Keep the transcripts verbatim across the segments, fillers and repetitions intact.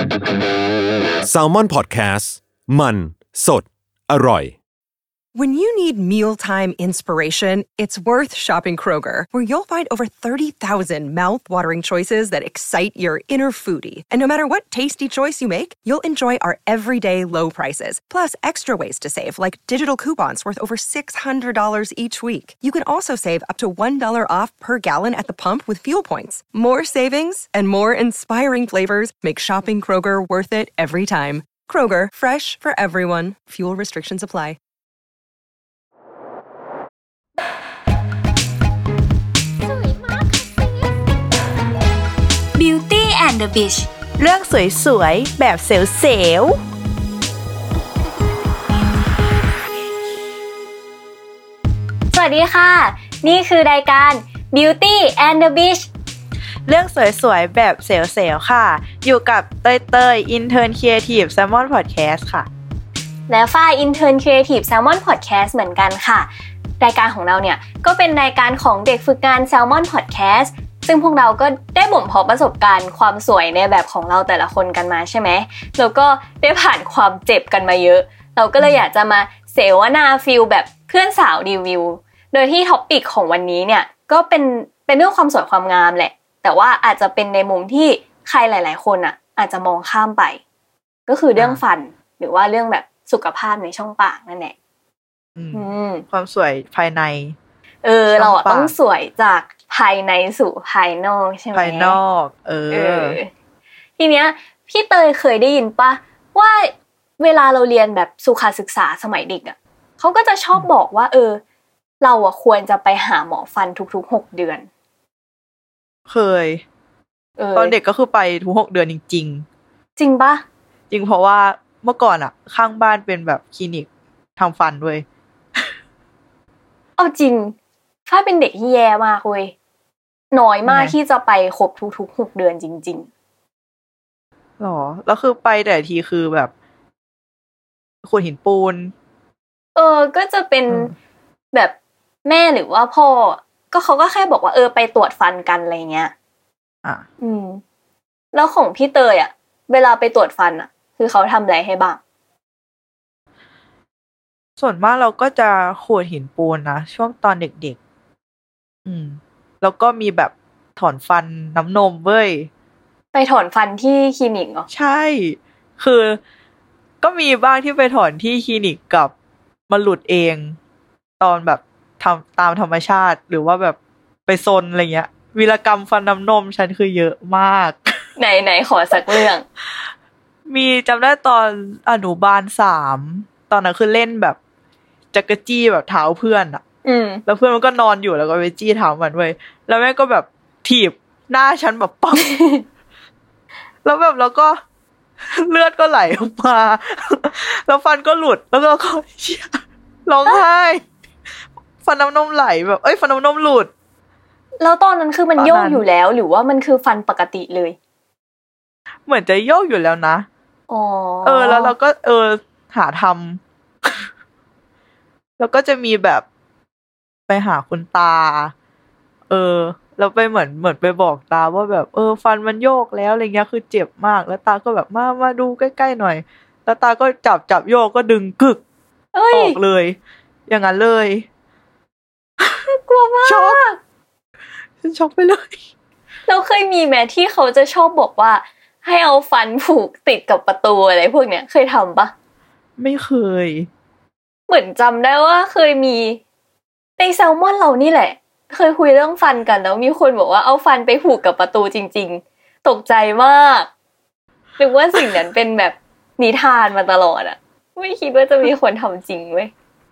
Salmon Podcast มันสดอร่อย When you need mealtime inspiration, it's worth shopping Kroger, where you'll find over thirty thousand mouth-watering choices that excite your inner foodie. And no matter what tasty choice you make, you'll enjoy our everyday low prices, plus extra ways to save, like digital coupons worth over six hundred dollars each week. You can also save up to one dollar off per gallon at the pump with fuel points. More savings and more inspiring flavors make shopping Kroger worth it every time. Kroger, fresh for everyone. Fuel restrictions apply. Beauty and the Beast เรื่องสวยๆแบบเซลล์สวัสดีค่ะนี่คือรายการ Beauty and the Beast เรื่องสวยๆแบบเซลล์ค่ะอยู่กับเต้ยๆ Intern Creative Salmon Podcast ค่ะและฝ้าย Intern Creative Salmon Podcast เหมือนกันค่ะรายการของเราเนี่ยก็เป็นรายการของเด็กฝึกงาน Salmon Podcastซึ่งพวกเราก็ได้บ่มเพาะประสบการณ์ความสวยในแบบของเราแต่ละคนกันมาใช่ไหมแล้วก็ได้ผ่านความเจ็บกันมาเยอะเราก็เลยอยากจะมาเสวนาฟีลแบบเพื่อนสาวรีวิวโดยที่ท็อปิกของวันนี้เนี่ยก็เป็นเป็นเรื่องความสวยความงามแหละแต่ว่าอาจจะเป็นในมุมที่ใครหลายๆคนอ่ะอาจจะมองข้ามไปก็คือเรื่องฟันหรือว่าเรื่องแบบสุขภาพในช่องปากนั่นแหละความสวยภายในเออเราอ่ะต้องสวยจากภายในสู่ภายนอกใช่ไหมภายนอกเอเอออทีเนี้ยพี่เตยเคยได้ยินป่ะว่าเวลาเราเรียนแบบสุขศึกษาสมัยเด็กอ่ะเขาก็จะชอบบอกว่าเออเราอ่ะควรจะไปหาหมอฟันทุกๆหกเดือนเคยตอนเด็กก็คือไปทุกหกเดือนจริงๆจริงป่ะจริงเพราะว่าเมื่อก่อนอ่ะข้างบ้านเป็นแบบคลินิกทำฟันด้วยเอาจริงฝ้ายเป็นเด็กที่แย่มากเว้ยน้อยมากที่จะไปครบทุกๆหกเดือนจริงๆหรอแล้วคือไปแต่ทีคือแบบขูดหินปูนเออก็จะเป็นแบบแม่หรือว่าพ่อก็เขาก็แค่บอกว่าเออไปตรวจฟันกันอะไรเงี้ยอ่ะอืมแล้วของพี่เตยอ่ะเวลาไปตรวจฟันอ่ะคือเขาทำอะไรให้บ้างส่วนมากเราก็จะขูดหินปูนนะช่วงตอนเด็กๆอืมแล้วก็มีแบบถอนฟันน้ำนมเว้ยไปถอนฟันที่คลินิกเหรอใช่คือก็มีบ้างที่ไปถอนที่คลินิกกับมาหลุดเองตอนแบบทำตามธรรมชาติหรือว่าแบบไปซนอะไรเงี้ยวีรกรรมฟันน้ำนมฉันคือเยอะมากไหนๆขอสักเรื่องมีจำได้ตอนอนุบาลสามตอนนั้นคือเล่นแบบจักรจี้แบบเท้าเพื่อนอ่ะแล้วเพื่อนมันก็นอนอยู่แล้วก็ไปจี้เท้ามันเว้ยแล้วแม่ก็แบบถีบหน้าฉันแบบปัง แล้วแบบแล้วก็เลือดก็ไหลออกมาแล้วฟันก็หลุดแล้วก็ร้องไห้ฟันน้ำนมไหลแบบเอ้ยฟันน้ำนมหลุดแล้วตอนนั้นคือมันโยกอยู่แล้วหรือว่ามันคือฟันปกติเลยเหมือนจะโยกอยู่แล้วนะอ๋อเออแล้วเราก็เออหาทำแล้วก็จะมีแบบไปหาคุณตาเออแล้วไปเหมือนเหมือนไปบอกตาว่าแบบเออฟันมันโยกแล้วอะไรเงี้ยคือเจ็บมากแล้วตาก็แบบมามาดูใกล้ๆหน่อยแล้วตาก็จับจับโยกก็ดึงกึกออกเลยอย่างนั้นเลยกลัวมากช็อกฉันช็อกไปเลยเราเคยมีแม้ที่เขาจะชอบบอกว่าให้เอาฟันผูกติดกับประตูอะไรพวกเนี้ยเคยทำปะไม่เคยเหมือนจำได้ว่าเคยมีในแซลมอนเรานี่แหละเคยคุยเรื่องฟันกันแล้วมีคนบอกว่าเอาฟันไปผูกกับประตูจริงๆตกใจมากนึกว่าสิ่งนั้นเป็นแบบนิทานมาตลอดอ่ะไม่คิดว่าจะมีคนทำจริงเว้ย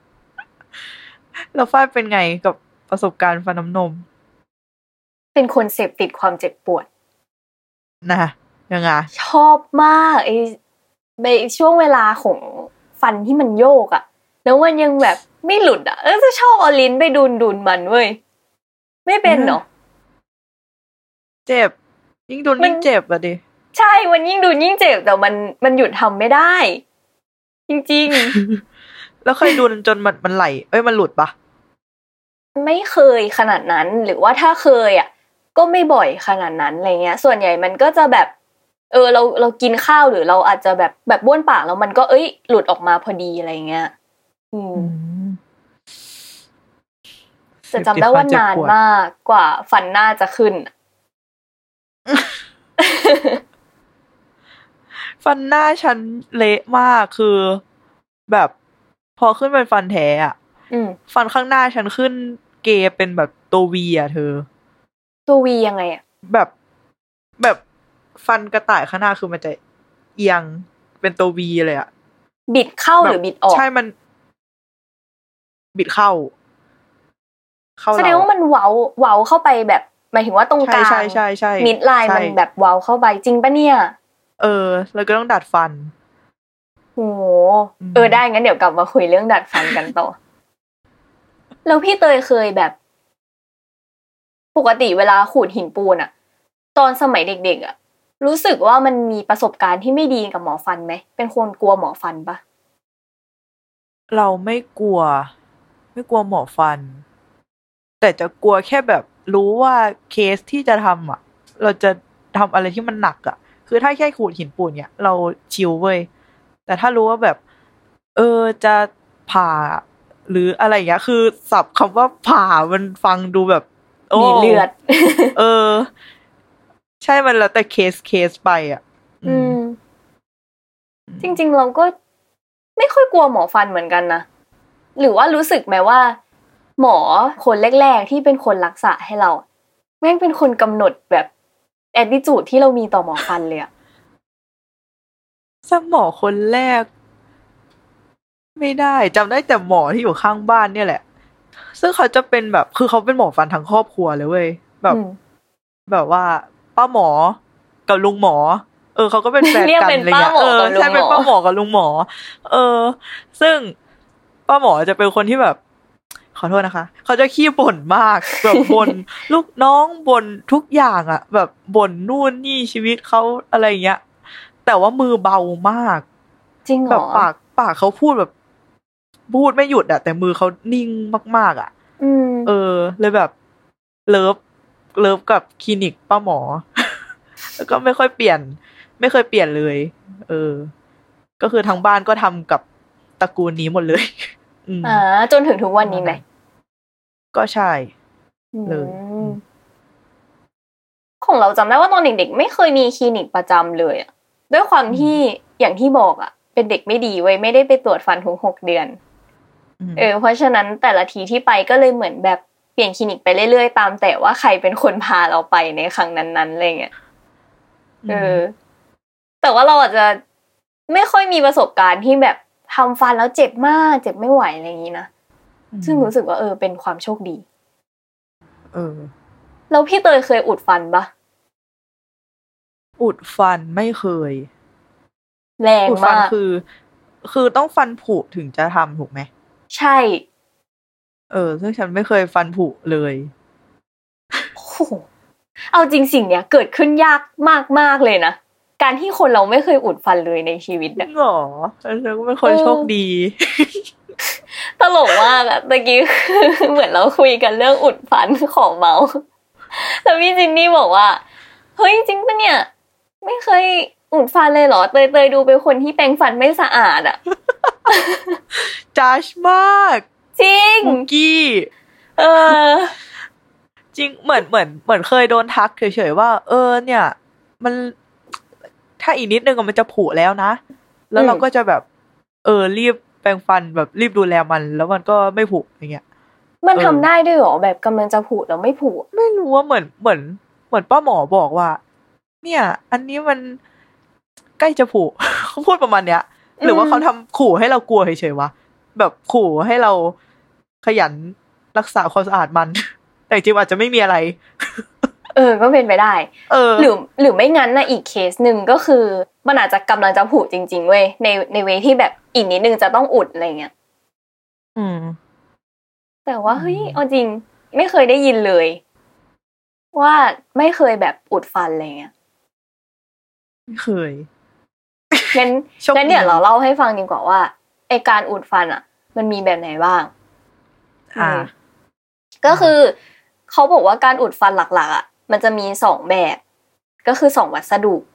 แล้วฝ้ายเป็นไงกับประสบการณ์ฟันน้ำนมเป็นคนเสพติดความเจ็บปวดนะยังไงชอบมากไอ้ในช่วงเวลาของฟันที่มันโยกอ่ะแล้วมันยังแบบไม่หลุดอ่ะเออจะชอบเอาลิ้นไปดุนๆมันเว้ยไม่เป็นเนาะเจ็บยิ่งดุนยิ่งเจ็บอ่ะดิใช่มันยิ่งดุนยิ่งเจ็บแต่มันมันหยุดทำไม่ได้จริงๆแล้วเคยดุนจนมันมันไหลเอ้ยมันหลุดปะไม่เคยขนาดนั้นหรือว่าถ้าเคยอ่ะก็ไม่บ่อยขนาดนั้นอะไรเงี้ยส่วนใหญ่มันก็จะแบบเออเราเรากินข้าวหรือเราอาจจะแบบแบบบ้วนปากแล้วมันก็เอ้ยหลุดออกมาพอดีอะไรเงี้ยอืมจะจำได้ว่านานมากกว่าฟันหน้าจะขึ้นฟันหน้าฉันเละมากคือแบบพอขึ้นเป็นฟันแท้อ่ะฟันข้างหน้าฉันขึ้นเกย์เป็นแบบตัววีอ่ะเธอตัววียังไงอ่ะแบบแบบฟันกระต่ายข้างหน้าคือมันจะเอียงเป็นตัววีเลยอ่ะบิดเข้าหรือบิดออกใช่มันบิดเข้าเข้าแสดงว่ามันเว้าเว้าเข้าไปแบบหมายถึงว่าตรงกลางใช่ใช่ใช่มิดไลน์มันแบบเว้าเข้าไปจริงปะเนี่ยเออแล้วก็ต้องดัดฟันโอ้เออได้งั้นเดี๋ยวกลับมาคุยเรื่องดัดฟันกันต่อแล้วพี่เตยเคยแบบปกติเวลาขูดหินปูนอะตอนสมัยเด็กๆอะรู้สึกว่ามันมีประสบการณ์ที่ไม่ดีกับหมอฟันไหมเป็นคนกลัวหมอฟันปะเราไม่กลัวไม่กลัวหมอฟันแต่จะกลัวแค่แบบรู้ว่าเคสที่จะทำอะเราจะทำอะไรที่มันหนักอะคือถ้าแค่ขูดหินปูนเนี่ยเราชิลเว้ยแต่ถ้ารู้ว่าแบบเออจะผ่าหรืออะไรอย่างเงี้ยคือศัพท์คำว่าผ่ามันฟังดูแบบมีเลือดเออใช่มันแล้วแต่เคสเคสไปอ่ะอืมจริงๆเราก็ไม่ค่อยกลัวหมอฟันเหมือนกันนะหรือว่ารู้สึกไหมว่าหมอคนแรกๆที่เป็นคนรักษาให้เราแม่งเป็นคนกำหนดแบบแอททิจูดที่เรามีต่อหมอฟันเลยอะสักหมอคนแรกไม่ได้จำได้แต่หมอที่อยู่ข้างบ้านเนี่ยแหละซึ่งเขาจะเป็นแบบคือเขาเป็นหมอฟันทั้งครอบครัวเลยเว้ยแบบแบบว่าป้าหมอกับลุงหมอเออเขาก็เป็นแฟนกันอะไรเงี้ยเออใช่เป็นป้าหมอกับลุงหมอเออซึ่งป้าหมอจะเป็นคนที่แบบขอโทษนะคะเขาจะขี้บ่นมากแบบบ่นลูกน้องบ่นทุกอย่างอ่ะแบบบ่นนู่นนี่ชีวิตเขาอะไรเงี้ยแต่ว่ามือเบามากจริงเหรอแบบปากปากเขาพูดแบบพูดไม่หยุดอ่ะแต่มือเขานิ่งมากๆอ่ะเออเลยแบบเลิฟเลิฟกับคลินิกป้าหมอแล้วก็ไม่ค่อยเปลี่ยนไม่เคยเปลี่ยนเลยเออก็คือทั้งบ้านก็ทำกับตระกูลนี้หมดเลยอ่าจนถึงทุกวันนี้ไหมก็ใช่เลยของเราจำได้ว่าตอนเด็กๆไม่เคยมีคลินิกประจำเลยอะด้วยความที่อย่างที่บอกอะเป็นเด็กไม่ดีเว้ยไม่ได้ไปตรวจฟันทุกหกเดือนเออเพราะฉะนั้นแต่ละทีที่ไปก็เลยเหมือนแบบเปลี่ยนคลินิกไปเรื่อยๆตามแต่ว่าใครเป็นคนพาเราไปในครั้งนั้นๆอะไรเงี้ยเออแต่ว่าเราอาจจะไม่ค่อยมีประสบการณ์ที่แบบทำฟันแล้วเจ็บมากเจ็บไม่ไหวอะไรอย่างนี้นะซึ่งรู้สึกว่าเออเป็นความโชคดีเออแล้วพี่เตยเคยอุดฟันปะอุดฟันไม่เคยแรงมากอุดฟันคือคือต้องฟันผุถึงจะทำถูกไหมใช่เออซึ่งฉันไม่เคยฟันผุเลยโอ้เอาจริงสิ่งเนี้ยเกิดขึ้นยากมากๆเลยนะการที่คนเราไม่เคยอุดฟันเลยในชีวิตอะหรอฉันก็เป็นคนโชคดีตลกมากอะตะกี้เหมือนเราคุยกันเรื่องอุดฟันของเมาส์แล้วพี่จินนี่บอกว่าเฮ้ยจริงปะเนี่ยไม่เคยอุดฟันเลยเหรอเตยเตยดูเป็นคนที่แปรงฟันไม่สะอาดอะจัดมากจริงมุกี้เออจริงเหมือนเหมือนเหมือนเคยโดนทักเฉยๆว่าเออเนี่ยมันถ้าอีกนิดนึงมันจะผุแล้วนะแล้วเราก็จะแบบเออรีบแปรงฟันแบบรีบดูแลมันแล้วมันก็ไม่ผุอย่างเงี้ยมันทำได้ด้วยเหรอแบบกำลังจะผุแล้วไม่ผุไม่รู้ว่าเหมือนเหมือนเหมือนป้าหมอบอกว่าเนี่ยอันนี้มันใกล้จะผุเขาพูดประมาณเนี้ยหรือว่าเขาทำขู่ให้เรากลัวเฉยๆวะแบบขู่ให้เราขยันรักษาความสะอาดมันแต่จริงอาจจะไม่มีอะไรเออก็เป็นไปได้เออหรือหรือไม่งั้นนะอีกเคสนึงก็คือมันอาจจะกำลังจะผุจริงๆเว้ยในในเวที่แบบอีกนิดนึงจะต้องอุดอะไรเงี้ยอืมแต่ว่าเฮ้ยเอาจริงไม่เคยได้ยินเลยว่าไม่เคยแบบอุดฟันอะไรเงี้ยไม่เคยงั้นงั้นเนี่ยเราเล่าให้ฟังดีกว่าว่าไอการอุดฟันอ่ะมันมีแบบไหนบ้างอ่าก็คือเขาบอกว่าการอุดฟันหลักๆอ่ะมันจะมีสองแบบก็คือสองวัสดุ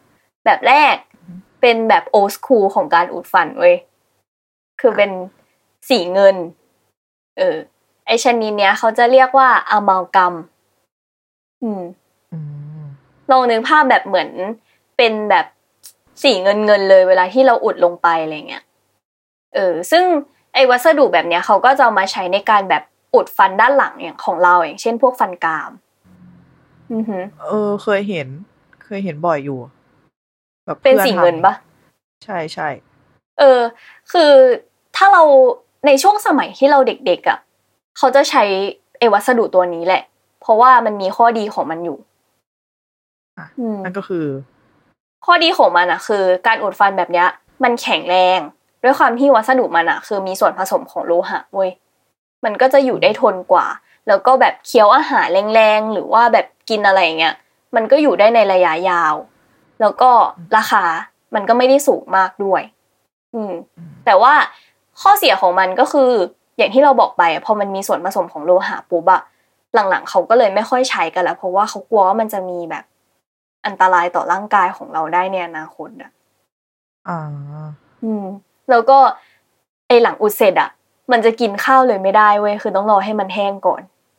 แบบแรกเป็นแบบโอ สคูลของการอุดฟันเว้ยคือเป็นสีเงินเออไอชนิดเนี้ยเขาจะเรียกว่าอะมัลกัมอืมลองนึกภาพแบบเหมือนเป็นแบบสีเงินเงินเลยเวลาที่เราอุดลงไปอะไรเงี้ยเออซึ่งไอวัสดุแบบเนี้ยเขาก็จะเอามาใช้ในการแบบอุดฟันด้านหลังอย่างของเราอย่างเช่นพวกฟันกรามอือฮึเออเคยเห็นเคยเห็นบ่อยอยู่แบบเป็นสีเงินปะใช่ใช่เออคือถ้าเราในช่วงสมัยที่เราเด็กๆอ่ะเขาจะใช้ไอ้วัสดุตัวนี้แหละเพราะว่ามันมีข้อดีของมันอยู่อ่ะนั่นก็คือข้อดีของมันอ่ะคือการอุดฟันแบบเนี้ยมันแข็งแรงด้วยความที่วัสดุมันอ่ะคือมีส่วนผสมของโลหะเว้ยมันก็จะอยู่ได้ทนกว่าแล้วก็แบบเคี้ยวอาหารแรงๆหรือว่าแบบกินอะไรอย่างเงี้ยมันก็อยู่ได้ในระยะยาวแล้วก็ราคามันก็ไม่ได้สูงมากด้วยอืมแต่ว่าข้อเสียของมันก็คืออย่างที่เราบอกไปพอมันมีส่วนผสมของโลหะปุ๊บอะหลังๆเขาก็เลยไม่ค่อยใช้กันแล้วเพราะว่าเขากลัวว่ามันจะมีแบบอันตรายต่อร่างกายของเราได้ในอนาคตอะอ่าอืมแล้วก็ไอหลังอุดเสร็จอะมันจะกินข้าวเลยไม่ได้เว้ยคือต้องรอให้มันแห้งก่อน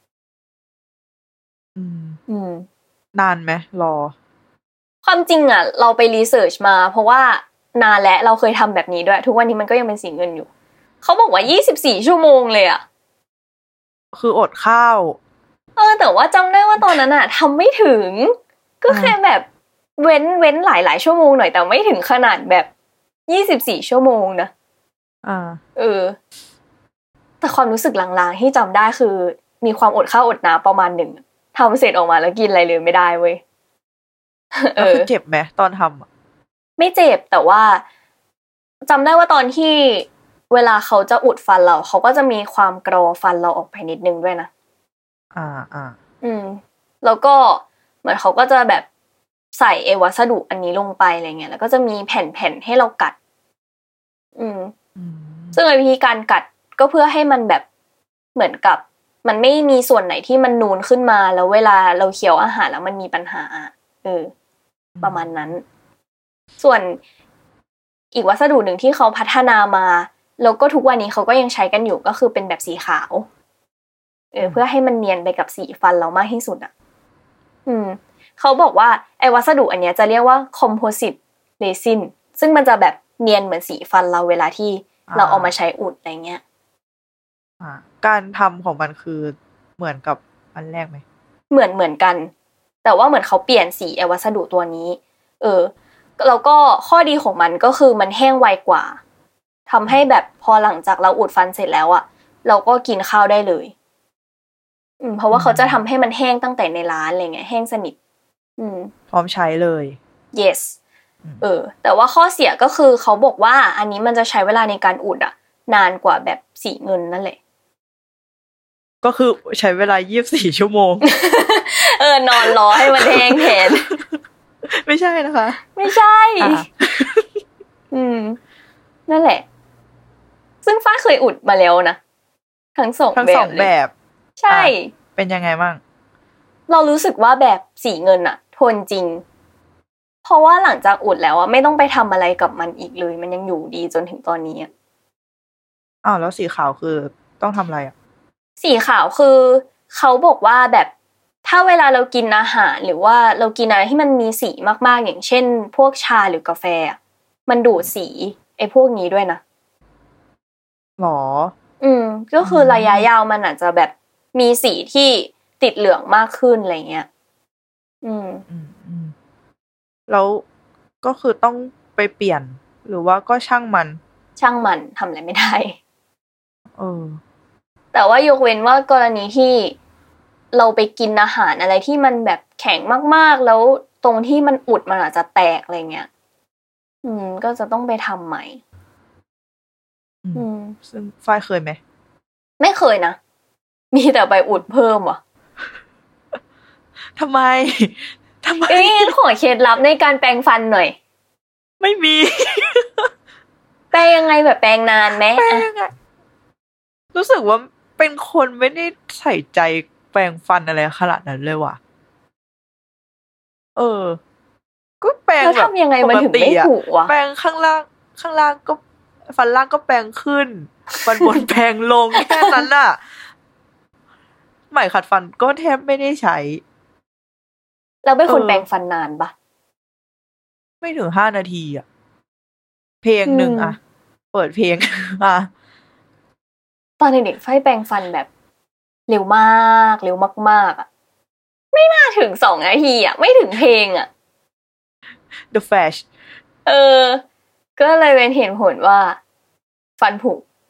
อืมอืมนานไหมรอความจริงอะเราไปรีเสิร์ชมาเพราะว่านานแล้วเราเคยทำแบบนี้ด้วยทุกวันนี้มันก็ยังเป็นสีเงินอยู่เขาบอกว่ายี่สิบสี่ชั่วโมงเลยอะคืออดข้าวเออแต่ว่าจำได้ว่าตอนนั้นอะทำไม่ถึงก็แค่แบบเว้นเว้นหลายๆชั่วโมงหน่อยแต่ไม่ถึงขนาดแบบยี่สิบสี่ชั่วโมงนะอ่าเออแต่ความรู้สึกลางๆที่จำได้คือมีความอดข้าวอดน้ำประมาณหนึ่งทำเสร็จออกมาแล้วกินอะไรเลยไม่ได้เว้ยเออเจ็บไหมตอนทำอ่ะไม่เจ็บแต่ว่าจำได้ว่าตอนที่เวลาเขาจะอุดฟันเราเขาก็จะมีความกรอฟันเราออกไปนิดนึงด้วยนะอ่าอ่าอืมแล้วก็เหมือนเขาก็จะแบบใส่ไอ้วัสดุอันนี้ลงไปอะไรเงี้ยแล้วก็จะมีแผ่นๆให้เรากัดอืมซึ่งวิธีการกัดก็เพื่อให้มันแบบเหมือนกับมันไม่มีส่วนไหนที่มันนูนขึ้นมาแล้วเวลาเราเคี้ยวอาหารแล้วมันมีปัญหาเออประมาณนั้นส่วนอีกวัสดุหนึ่งที่เขาพัฒนามาแล้วก็ทุกวันนี้เขาก็ยังใช้กันอยู่ก็คือเป็นแบบสีขาวเออเพื่อให้มันเนียนไปกับสีฟันเรามากที่สุดอ่ะอืมเขาบอกว่าไอ้วัสดุอันเนี้ยจะเรียกว่า composite resin ซึ่งมันจะแบบเนียนเหมือนสีฟันเราเวลาที่เราเอามาใช้อุดอะไรเงี้ยอ่าการทำของมันคือเหมือนกับอันแรกไหมเหมือนเหมือนกันแต่ว่าเหมือนเขาเปลี่ยนสีไอ้วัสดุตัวนี้เออแล้วก็ข้อดีของมันก็คือมันแห้งไวกว่าทำให้แบบพอหลังจากเราอุดฟันเสร็จแล้วอ่ะเราก็กินข้าวได้เลยอืมเพราะว่าเขาจะทำให้มันแห้งตั้งแต่ในร้านอะไรเงี้ยแห้งสนิทอืมพร้อมใช้เลย yes เออแต่ว่าข้อเสียก็คือเขาบอกว่าอันนี้มันจะใช้เวลาในการอุดอ่ะนานกว่าแบบสีเงินนั่นแหละก็คือใช้เวลายี่สิบสี่ชั่วโมงเออนอนรอให้มันแห้งแทนไม่ใช่นะคะไม่ใช่อืมนั่นแหละซึ่งฟ้าเคยอุดมาแล้วนะทั้งสองแบบทั้งสองแบบใช่เป็นยังไงบ้างเรารู้สึกว่าแบบสีเงินอะทนจริงเพราะว่าหลังจากอุดแล้วอะไม่ต้องไปทำอะไรกับมันอีกเลยมันยังอยู่ดีจนถึงตอนนี้อ้าวแล้วสีขาวคือต้องทำอะไรอะสีขาวคือเขาบอกว่าแบบถ้าเวลาเรากินอาหารหรือว่าเรากินอะไรที่มันมีสีมากๆอย่างเช่นพวกชาหรือกาแฟมันดูดสีไอ้พวกนี้ด้วยนะหรออืมก็คือระยะยาวมันอาจจะแบบมีสีที่ติดเหลืองมากขึ้นอะไรเงี้ยอืมอืมอืมแล้วก็คือต้องไปเปลี่ยนหรือว่าก็ช่างมันช่างมันทำอะไรไม่ได้เออแต่ว่ายกเว้นว่ากรณีที่เราไปกินอาหารอะไรที่มันแบบแข็งมากๆแล้วตรงที่มันอุดมันอาจจะแตกอะไรเงี้ยอืมก็จะต้องไปทำใหม่อืมซึ่งฝ้ายเคยไหมไม่เคยนะมีแต่ไปอุดเพิ่มว่ะทำไมทำไมเอ้ยขอเคล็ดลับในการแปรงฟันหน่อยไม่มีแปรงยังไงแบบแปรงนานไหมรู้สึกว่าเป็นคนไม่ได้ใส่ใจแปรงฟันอะไรขนาดนั้นเลยว่ะเออก็แปรงแบบทำยังไงมันถึงไม่ผุวะแปรงข้างล่างข้างล่างก็ฟันล่างก็แปรงขึ้นฟันบนแปรงลงแค่นั้นน่ะไหมขัดฟันก็แทบไม่ได้ใช้แล้วเป็นคนแปรงฟันนานปะไม่ถึงห้านาทีอ่ะเพลงหนึ่งอ่ะเปิดเพลงอ่ะตอนเด็กๆไฟแปรงฟันแบบเร็วมากเร็วมากๆอ่ะไม่น่าถึงสองนาทีอ่ะไม่ถึงเพลงอ่ะ The Flash เออก็เลยเป็นเหตุผลว่าฟันผุ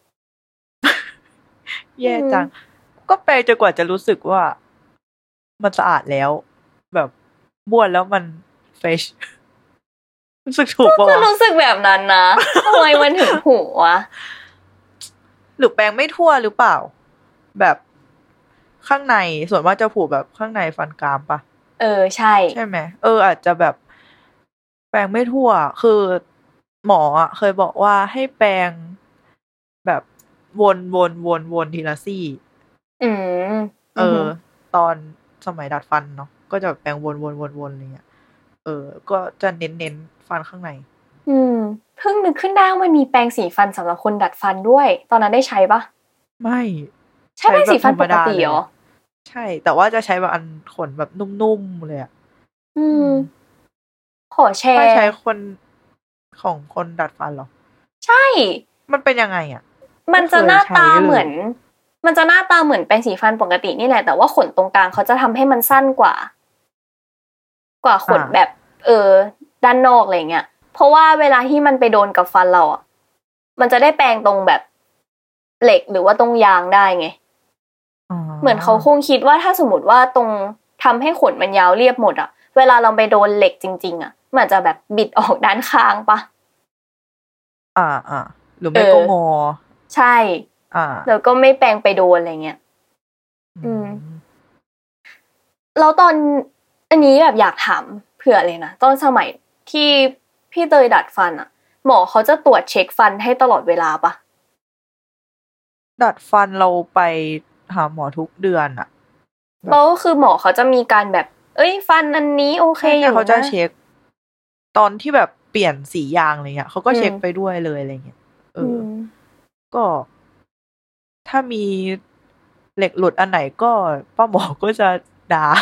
แย่จังก็แปรงจนกว่าจะรู้สึกว่ามันสะอาดแล้วแบบบ้วนแล้วมันเฟรชรู้สึกถูกป่ะวะก็รู้สึกแบบนั้นนะทำไมมันถึงผุวะหรือแปรงไม่ทั่วหรือเปล่าแบบข้างในส่วนมากจะผุแบบข้างในฟันกรามปะเออใช่ใช่ไหมเอออาจจะแบบแปรงไม่ทั่วคือหมออ่ะเคยบอกว่าให้แปรงแบบวนวนวนวนทีละซี่อืมเออตอนสมัยดัดฟันเนาะก็จะแปรงวนวนวนวนอะไรเงี้ยเออก็จะเน้นเน้นฟันข้างในอืมเพิ่งนึกขึ้นได้ว่ามันมีแปรงสีฟันสำหรับคนดัดฟันด้วยตอนนั้นได้ใช้ปะไม่ใช้แปรงสีฟันปกติเหรอใช่แต่ว่าจะใช้แบบอันขนแบบนุ่มๆเลยอ่ะอืมขอแชร์ไม่ใช้คนของคนดัดฟันหรอใช่มันเป็นยังไงอ่ะมันจะหน้าตาเหมือนมันจะหน้าตาเหมือนแปรงสีฟันปกตินี่แหละแต่ว่าขนตรงกลางเขาจะทำให้มันสั้นกว่ากว่าขนแบบเออด้านนอกอะไรเงี้ยเพราะว่าเวลาที่มันไปโดนกับฟันเราอ่ะมันจะได้แปรงตรงแบบเหล็กหรือว่าตรงยางได้ไงเหมือนเขาคงคิดว่าถ้าสมมติว่าตรงทำให้ขนมันยาวเรียบหมดอ่ะเวลาเราไปโดนเหล็กจริงๆอ่ะมันอาจจะแบบบิดออกด้านข้างปะอ่าอ่าหรือไม่ก็งอใช่อ่าแล้วก็ไม่แปรงไปโดนอะไรเงี้ยอืมแล้วตอนอันนี้แบบอยากถามเผื่อเลยนะตอนสมัยที่พี่เตยดัดฟันอ่ะหมอเขาจะตรวจเช็คฟันให้ตลอดเวลาปะดัดฟันเราไปหาหมอทุกเดือนอ่ะแล้วคือหมอเขาจะมีการแบบเอ้ยฟันอันนี้โอเคอยู่นะเขาจะเช็คตอนที่แบบเปลี่ยนสียางอะไรเงี้ยเขาก็เช็คไปด้วยเลยอะไรเงี้ยเออก็ถ้ามีเหล็กหลุดอันไหนก็ป้าหมอก็จะด่า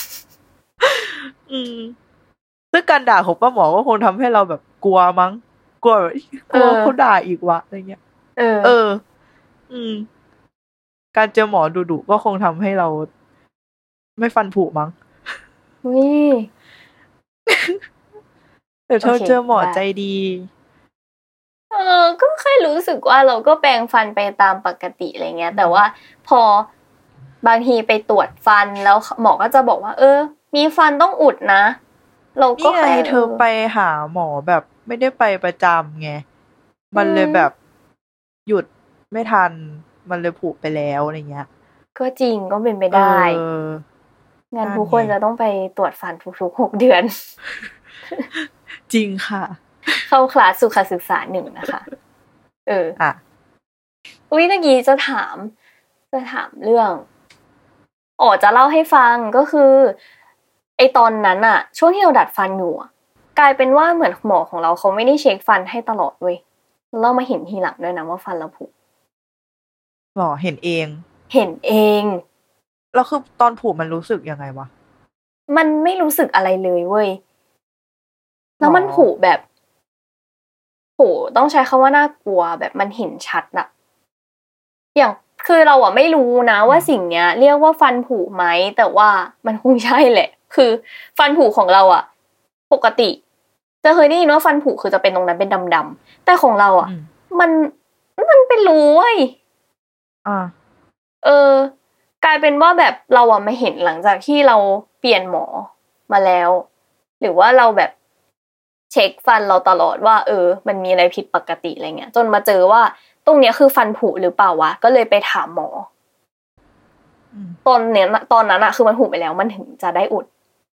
อืมซึ่งการด่าของป้าหมอก็คงทำให้เราแบบกลัวมั้งกลัวแบบกลัวเขาด่าอีกวะอะไรเงี้ยเออเอออืมการเจอหมอดุๆก็คงทำให้เราไม่ฟันผุมั้งนี่แต่เธอเจอหมอใจดีเออก็แค่รู้สึกว่าเราก็แปรงฟันไปตามปกติอะไรเงี้ยแต่ว่าพอบางทีไปตรวจฟันแล้วหมอก็จะบอกว่าเออมีฟันต้องอุดนะเราก็แค่เธอไปหาหมอแบบไม่ได้ไปประจำไงมันเลยแบบหยุดไม่ทันมันเลยผุไปแล้วอะไรเงี้ยก็จริงก็เป็นไปได้งั้นทุกคนจะต้องไปตรวจฟันทุกๆหกเดือนจริงค่ะเข้าคลาสสุขศึกษาหนึ่งนะคะเอออ่ะอุ๊ยเมื่อกี้จะถามจะถามเรื่องอ๋อจะเล่าให้ฟังก็คือไอตอนนั้นอะช่วงที่เราดัดฟันอยู่กลายเป็นว่าเหมือนหมอของเราเขาไม่ได้เช็คฟันให้ตลอดเว้ยเรามาเห็นทีหลังด้วยนะว่าฟันเราผุหรอเห็นเองเห็นเองแล้วคือตอนผุมันรู้สึกยังไงวะมันไม่รู้สึกอะไรเลยเว้ยแล้วมันผุแบบโหต้องใช้คำว่าน่ากลัวแบบมันเห็นชัดอะอย่างคือเราอะไม่รู้นะว่าสิ่งเนี้ยเรียกว่าฟันผุไหมแต่ว่ามันคงใช่แหละคือฟันผุของเราอะปกติจะเคยได้ยินว่าฟันผุคือจะเป็นตรงนั้นเป็นดำๆแต่ของเราอะมันมันเป็นรูเว้ยอ่าเออกลายเป็นว่าแบบเราอะมาเห็นหลังจากที่เราเปลี่ยนหมอมาแล้วหรือว่าเราแบบเช็คฟันเราตลอดว่าเออมันมีอะไรผิดปกติอะไรเงี้ยจนมาเจอว่าตรงเนี้ยคือฟันผุหรือเปล่าวะก็เลยไปถามหมอตอนเนี้ยตอนนั้นอะคือมันผุไปแล้วมันถึงจะได้อุด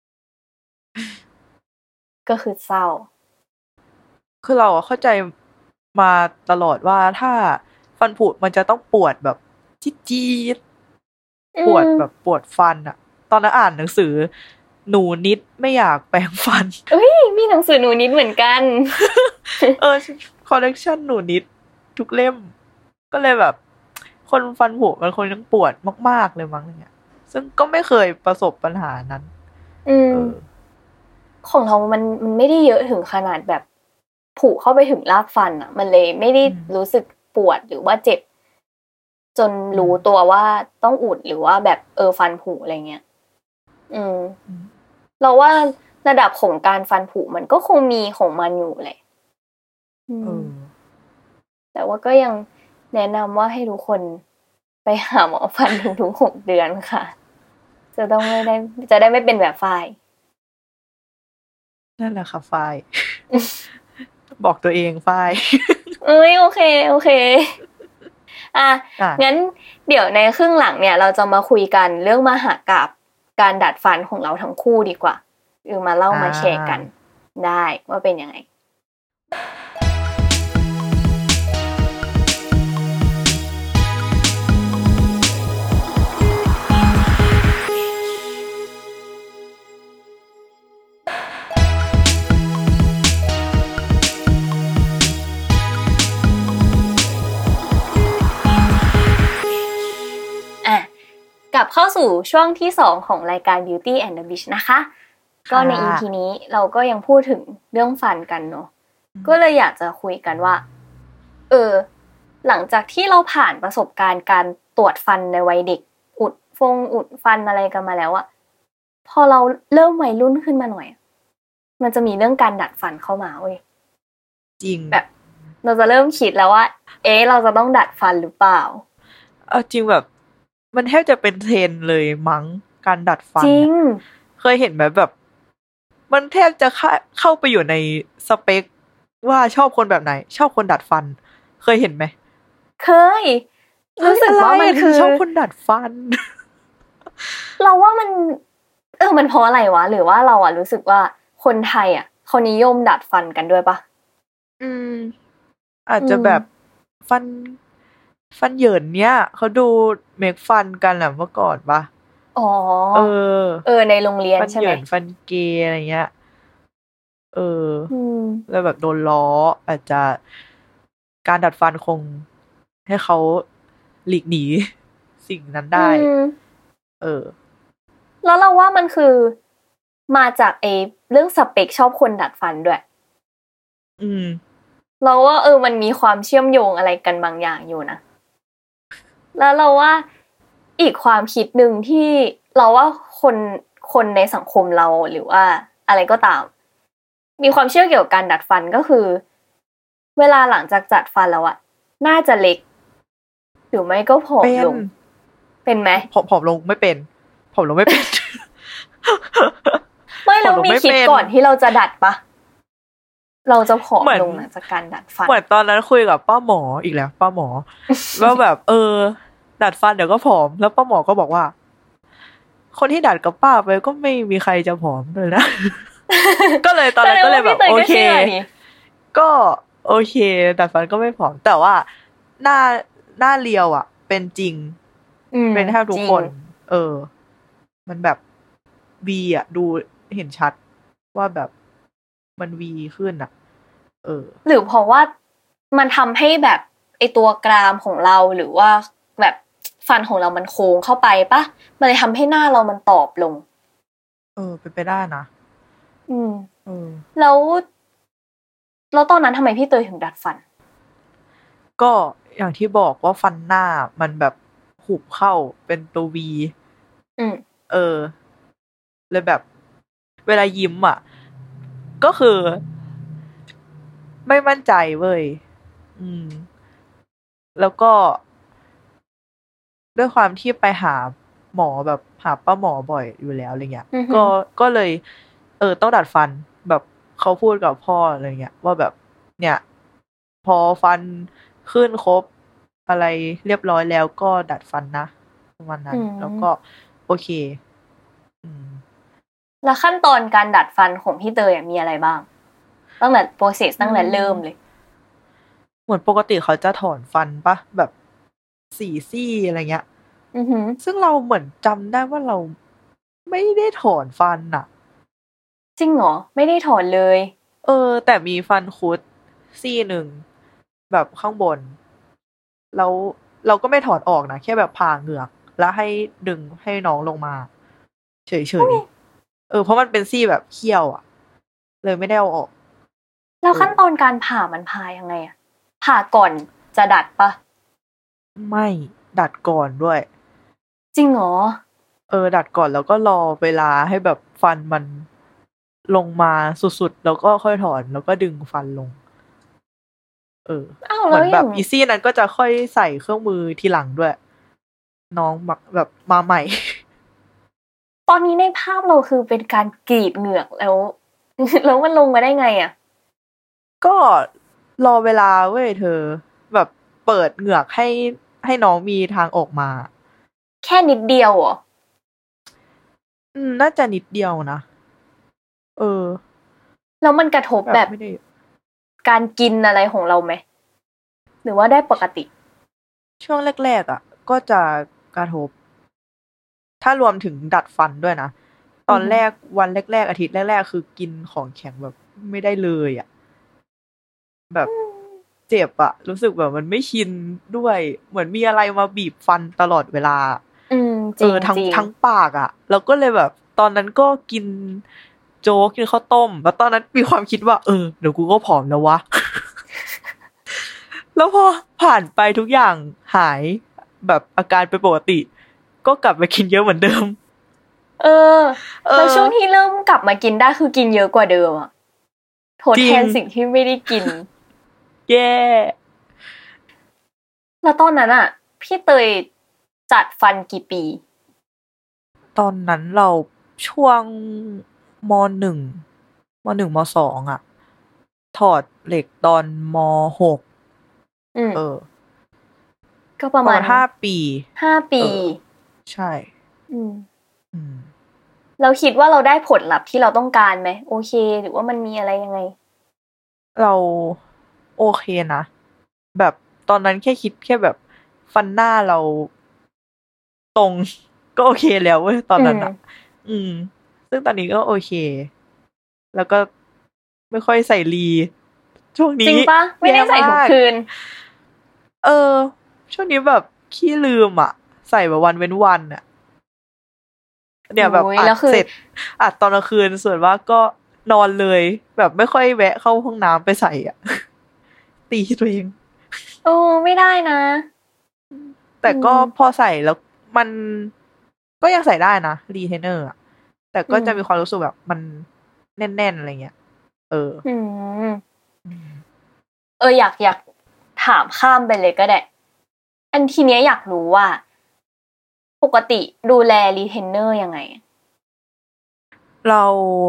ก็คือเศร้าคือเราเข้าใจมาตลอดว่าถ้าฟันผุมันจะต้องปวดแบบจี๊ดปวดแบบปวดฟันอะตอนนั้นอ่านหนังสือหนูนิดไม่อยากแปรงฟันเอ้ยมีหนังสือหนูนิดเหมือนกันเออคอลเลกชันหนูนิดทุกเล่มก็เลยแบบคนฟันผุมันคนยังปวดมากๆเลยมั้งเนี่ยซึ่งก็ไม่เคยประสบปัญหานั้นอืมของเรามันมันไม่ได้เยอะถึงขนาดแบบผุเข้าไปถึงรากฟันอ่ะมันเลยไม่ได้รู้สึกปวดหรือว่าเจ็บจนรู้ตัวว่าต้องอุดหรือว่าแบบเออฟันผุอะไรเงี้ยอืมเราว่าระดับของการฟันผุมันก็คงมีของมันอยู่แหละอืมแต่ว่าก็ยังแนะนำว่าให้ทุกคนไปหาหมอฟันทุกๆหกเดือนค่ะจะต้องไม่ได้จะได้ไม่เป็นแบบฝ้ายนั่นแหละค่ะฝ้ายบอกตัวเองฝ้ายเอ้ยโอเคโอเคอ่ะงั้นเดี๋ยวในครึ่งหลังเนี่ยเราจะมาคุยกันเรื่องมหากาพย์การดัดฟันของเราทั้งคู่ดีกว่าเออมาเล่ามาแชร์กันได้ว่าเป็นยังไงกลับเข้าสู่ช่วงที่สองของรายการ Beauty and the Beast นะคะก็ใน อี พี นี้เราก็ยังพูดถึงเรื่องฟันกันเนาะก็เลยอยากจะคุยกันว่าเออหลังจากที่เราผ่านประสบการณ์การตรวจฟันในวัยเด็กอุดฟงอุดฟันอะไรกันมาแล้วอะพอเราเริ่มวัยรุ่นขึ้นมาหน่อยมันจะมีเรื่องการดัดฟันเข้ามาเว้ยจริงแบบเราจะเริ่มคิดแล้วว่าเอ๊ะเราจะต้องดัดฟันหรือเปล่าเอาจริงแบบมันแทบจะเป็นเทรนด์เลยมั้งการดัดฟันจริงเคยเห็นไหมแบบมันแทบจะเข้าไปอยู่ในสเปคว่าชอบคนแบบไหนชอบคนดัดฟันเคยเห็นไหมเคยรู้สึกว่ามันคือชอบคนดัดฟันเราว่ามันเออมันเพราะอะไรวะหรือว่าเราอ่ะรู้สึกว่าคนไทยอ่ะเขานิยมดัดฟันกันด้วยปะอืมอาจจะแบบฟันฟันเหยินเนี้ยเขาดูเมคฟันกันแหละเมื่อก่อนปะอ๋อเออเออในโรงเรียนใช่ไหมฟันเหยินฟันเกย์อะไรเงี้ยเออแล้วแบบโดนล้ออาจจะการดัดฟันคงให้เขาหลีกหนีสิ่งนั้นได้เออแล้วเราว่ามันคือมาจากไอ้เรื่องสเปคชอบคนดัดฟันด้วยอืมเราว่าเออมันมีความเชื่อมโยงอะไรกันบางอย่างอยู่นะแล้วเราว่าอีกความคิดนึงที่เราว่าคนคนในสังคมเราหรือว่าอะไรก็ตามมีความเชื่อเกี่ยวกับการดัดฟันก็คือเวลาหลังจากจัดฟันแล้วอะน่าจะเล็กหรือไม่ก็ผอมลงเป็นไหมผอมลงไม่เป็นผอมลงไม่เป็นไม่เรามีคิดก่อนที่เราจะดัดปะเราจะผอมลงหลังจากการดัดฟันเหมือนตอนนั้นคุยกับป้าหมออีกแล้วป้าหมอว่าแบบเออดัดฟันเดี๋ยวก็ผอมแล้วป้าหมอก็บอกว่าคนที่ดัดกับป้าไปก็ไม่มีใครจะผอมเลยนะก็เลยตอนนั้นก็เลยแบบโอเคก็โอเคดัดฟันก็ไม่ผอมแต่ว่าหน้าหน้าเรียวอ่ะเป็นจริงเป็นแทบทุกคนเออมันแบบวีอ่ะดูเห็นชัดว่าแบบมันวีขึ้นอ่ะเออหรือเพราะว่ามันทำให้แบบไอตัวกรามของเราหรือว่าแบบฟันของเรามันโค้งเข้าไปปะมันเลยทำให้หน้าเรามันตอบลงเออเป็นไปได้นะอืมเออแล้วแล้วตอนนั้นทำไมพี่เตยถึงดัดฟันก็อย่างที่บอกว่าฟันหน้ามันแบบหุบเข้าเป็นตัววีอืมเออเลยแบบเวลายิ้มอ่ะก็คือไม่มั่นใจเว้ยอืมแล้วก็ด้วยความที่ไปหาหมอแบบหาป้าหมอบ่อยอยู่แล้วอะไรเงี้ยก็ก็เลยเออต้องดัดฟันแบบเขาพูดกับพ่ออะไรเงี้ยว่าแบบเนี่ยพอฟันขึ้นครบอะไรเรียบร้อยแล้วก็ดัดฟันนะประมาณนั้นแล้วก็โอเคอืมแล้วขั้นตอนการดัดฟันของพี่เตยมีอะไรบ้างตั้งแต่โปรเซสตั้งแต่เริ่มเลยเหมือนปกติเขาจะถอนฟันปะแบบสี่ซี่อะไรเงี้ยอือหือซึ่งเราเหมือนจำได้ว่าเราไม่ได้ถอนฟันอะจริงเหรอไม่ได้ถอนเลยเออแต่มีฟันคุดซี่หนึ่งแบบข้างบนแล้วเราก็ไม่ถอนออกนะแค่แบบผ่าเหงือกแล้วให้ดึงให้น้องลงมาเฉยๆเออเพราะมันเป็นซี่แบบเคี้ยวอ่ะเลยไม่ได้เอาออกแล้วขั้นตอนการผ่ามันผ่ายังไงอ่ะผ่าก่อนจะดัดปะไม่ดัดก่อนด้วยจริงเหรอเออดัดก่อนแล้วก็รอเวลาให้แบบฟันมันลงมาสุดๆแล้วก็ค่อยถอนแล้วก็ดึงฟันลงเออเหมือนแบบอีซี่นั้นก็จะค่อยใส่เครื่องมือทีหลังด้วยน้องมักแบบมาใหม่ตอนนี้ในภาพเราคือเป็นการกรีดเหงือกแล้วแล้วมันลงมาได้ไงอ่ะก็รอเวลาเว้ยเธอแบบเปิดเหงือกให้ให้น้องมีทางออกมาแค่นิดเดียวเหรออืมน่าจะนิดเดียวนะเออแล้วมันกระทบแบบการกินอะไรของเราไหมหรือว่าได้ปกติช่วงแรกๆอ่ะก็จะกระทบถ้ารวมถึงดัดฟันด้วยนะตอนแรกวันแรกๆอาทิตย์แรกๆคือกินของแข็งแบบไม่ได้เลยอ่ะแบบเจ็บอ่ะรู้สึกแบบมันไม่ชินด้วยเหมือนมีอะไรมาบีบฟันตลอดเวลาอืมเออทั้งทั้งปากอ่ะแล้วก็เลยแบบตอนนั้นก็กินโจ๊กกินข้าวต้มแล้วตอนนั้นมีความคิดว่าเออเดี๋ยวกูก็ผอมแล้ววะ แล้วพอผ่านไปทุกอย่างหายแบบอาการเป็นปกติก็กลับมากินเยอะเหมือนเดิมเออแล้วช่วงที่เริ่มกลับมากินได้คือกินเยอะกว่าเดิมอ่ะทดแทนสิ่งที่ไม่ได้กินแย่แล้วตอนนั้นอ่ะพี่เตยจัดฟันกี่ปีตอนนั้นเราช่วงมหนึ่งมหนึ่งมสองอ่ะถอดเหล็กตอนมหกเออก็ประมาณห้าปีห้าปีใช่อืมอืมเราคิดว่าเราได้ผลลัพธ์ที่เราต้องการไหมโอเคหรือว่ามันมีอะไรยังไงเราโอเคนะแบบตอนนั้นแค่คิดแค่แบบฟันหน้าเราตรงก็โอเคแล้วเว้ยตอนนั้นอ่ะอืมซึ่งตอนนี้ก็โอเคแล้วก็ไม่ค่อยใส่รีช่วงนี้จริงปะไม่ได้ใส่ทุกคืนเออช่วงนี้แบบขี้ลืมอ่ะใส่แบบวันเว้นวันอ่ะเนี่ยแบบอัดเสร็จอัดตอนกลางคืนส่วนว่าก็นอนเลยแบบไม่ค่อยแวะเข้าห้องน้ำไปใส่อ่ะตีตัวเองโอ้ไม่ได้นะแต่ก็พอใส่แล้วมันก็ยังใส่ได้นะรีเทนเนอร์อ่ะแต่ก็จะมีความรู้สึกแบบมันแน่นๆอะไรเงี้ยเออเอออยากอยากถามข้ามไปเลยก็ได้อันทีเนี้ยอยากรู้ว่าปกติดูแลรีเทนเนอร์ยังไงเรา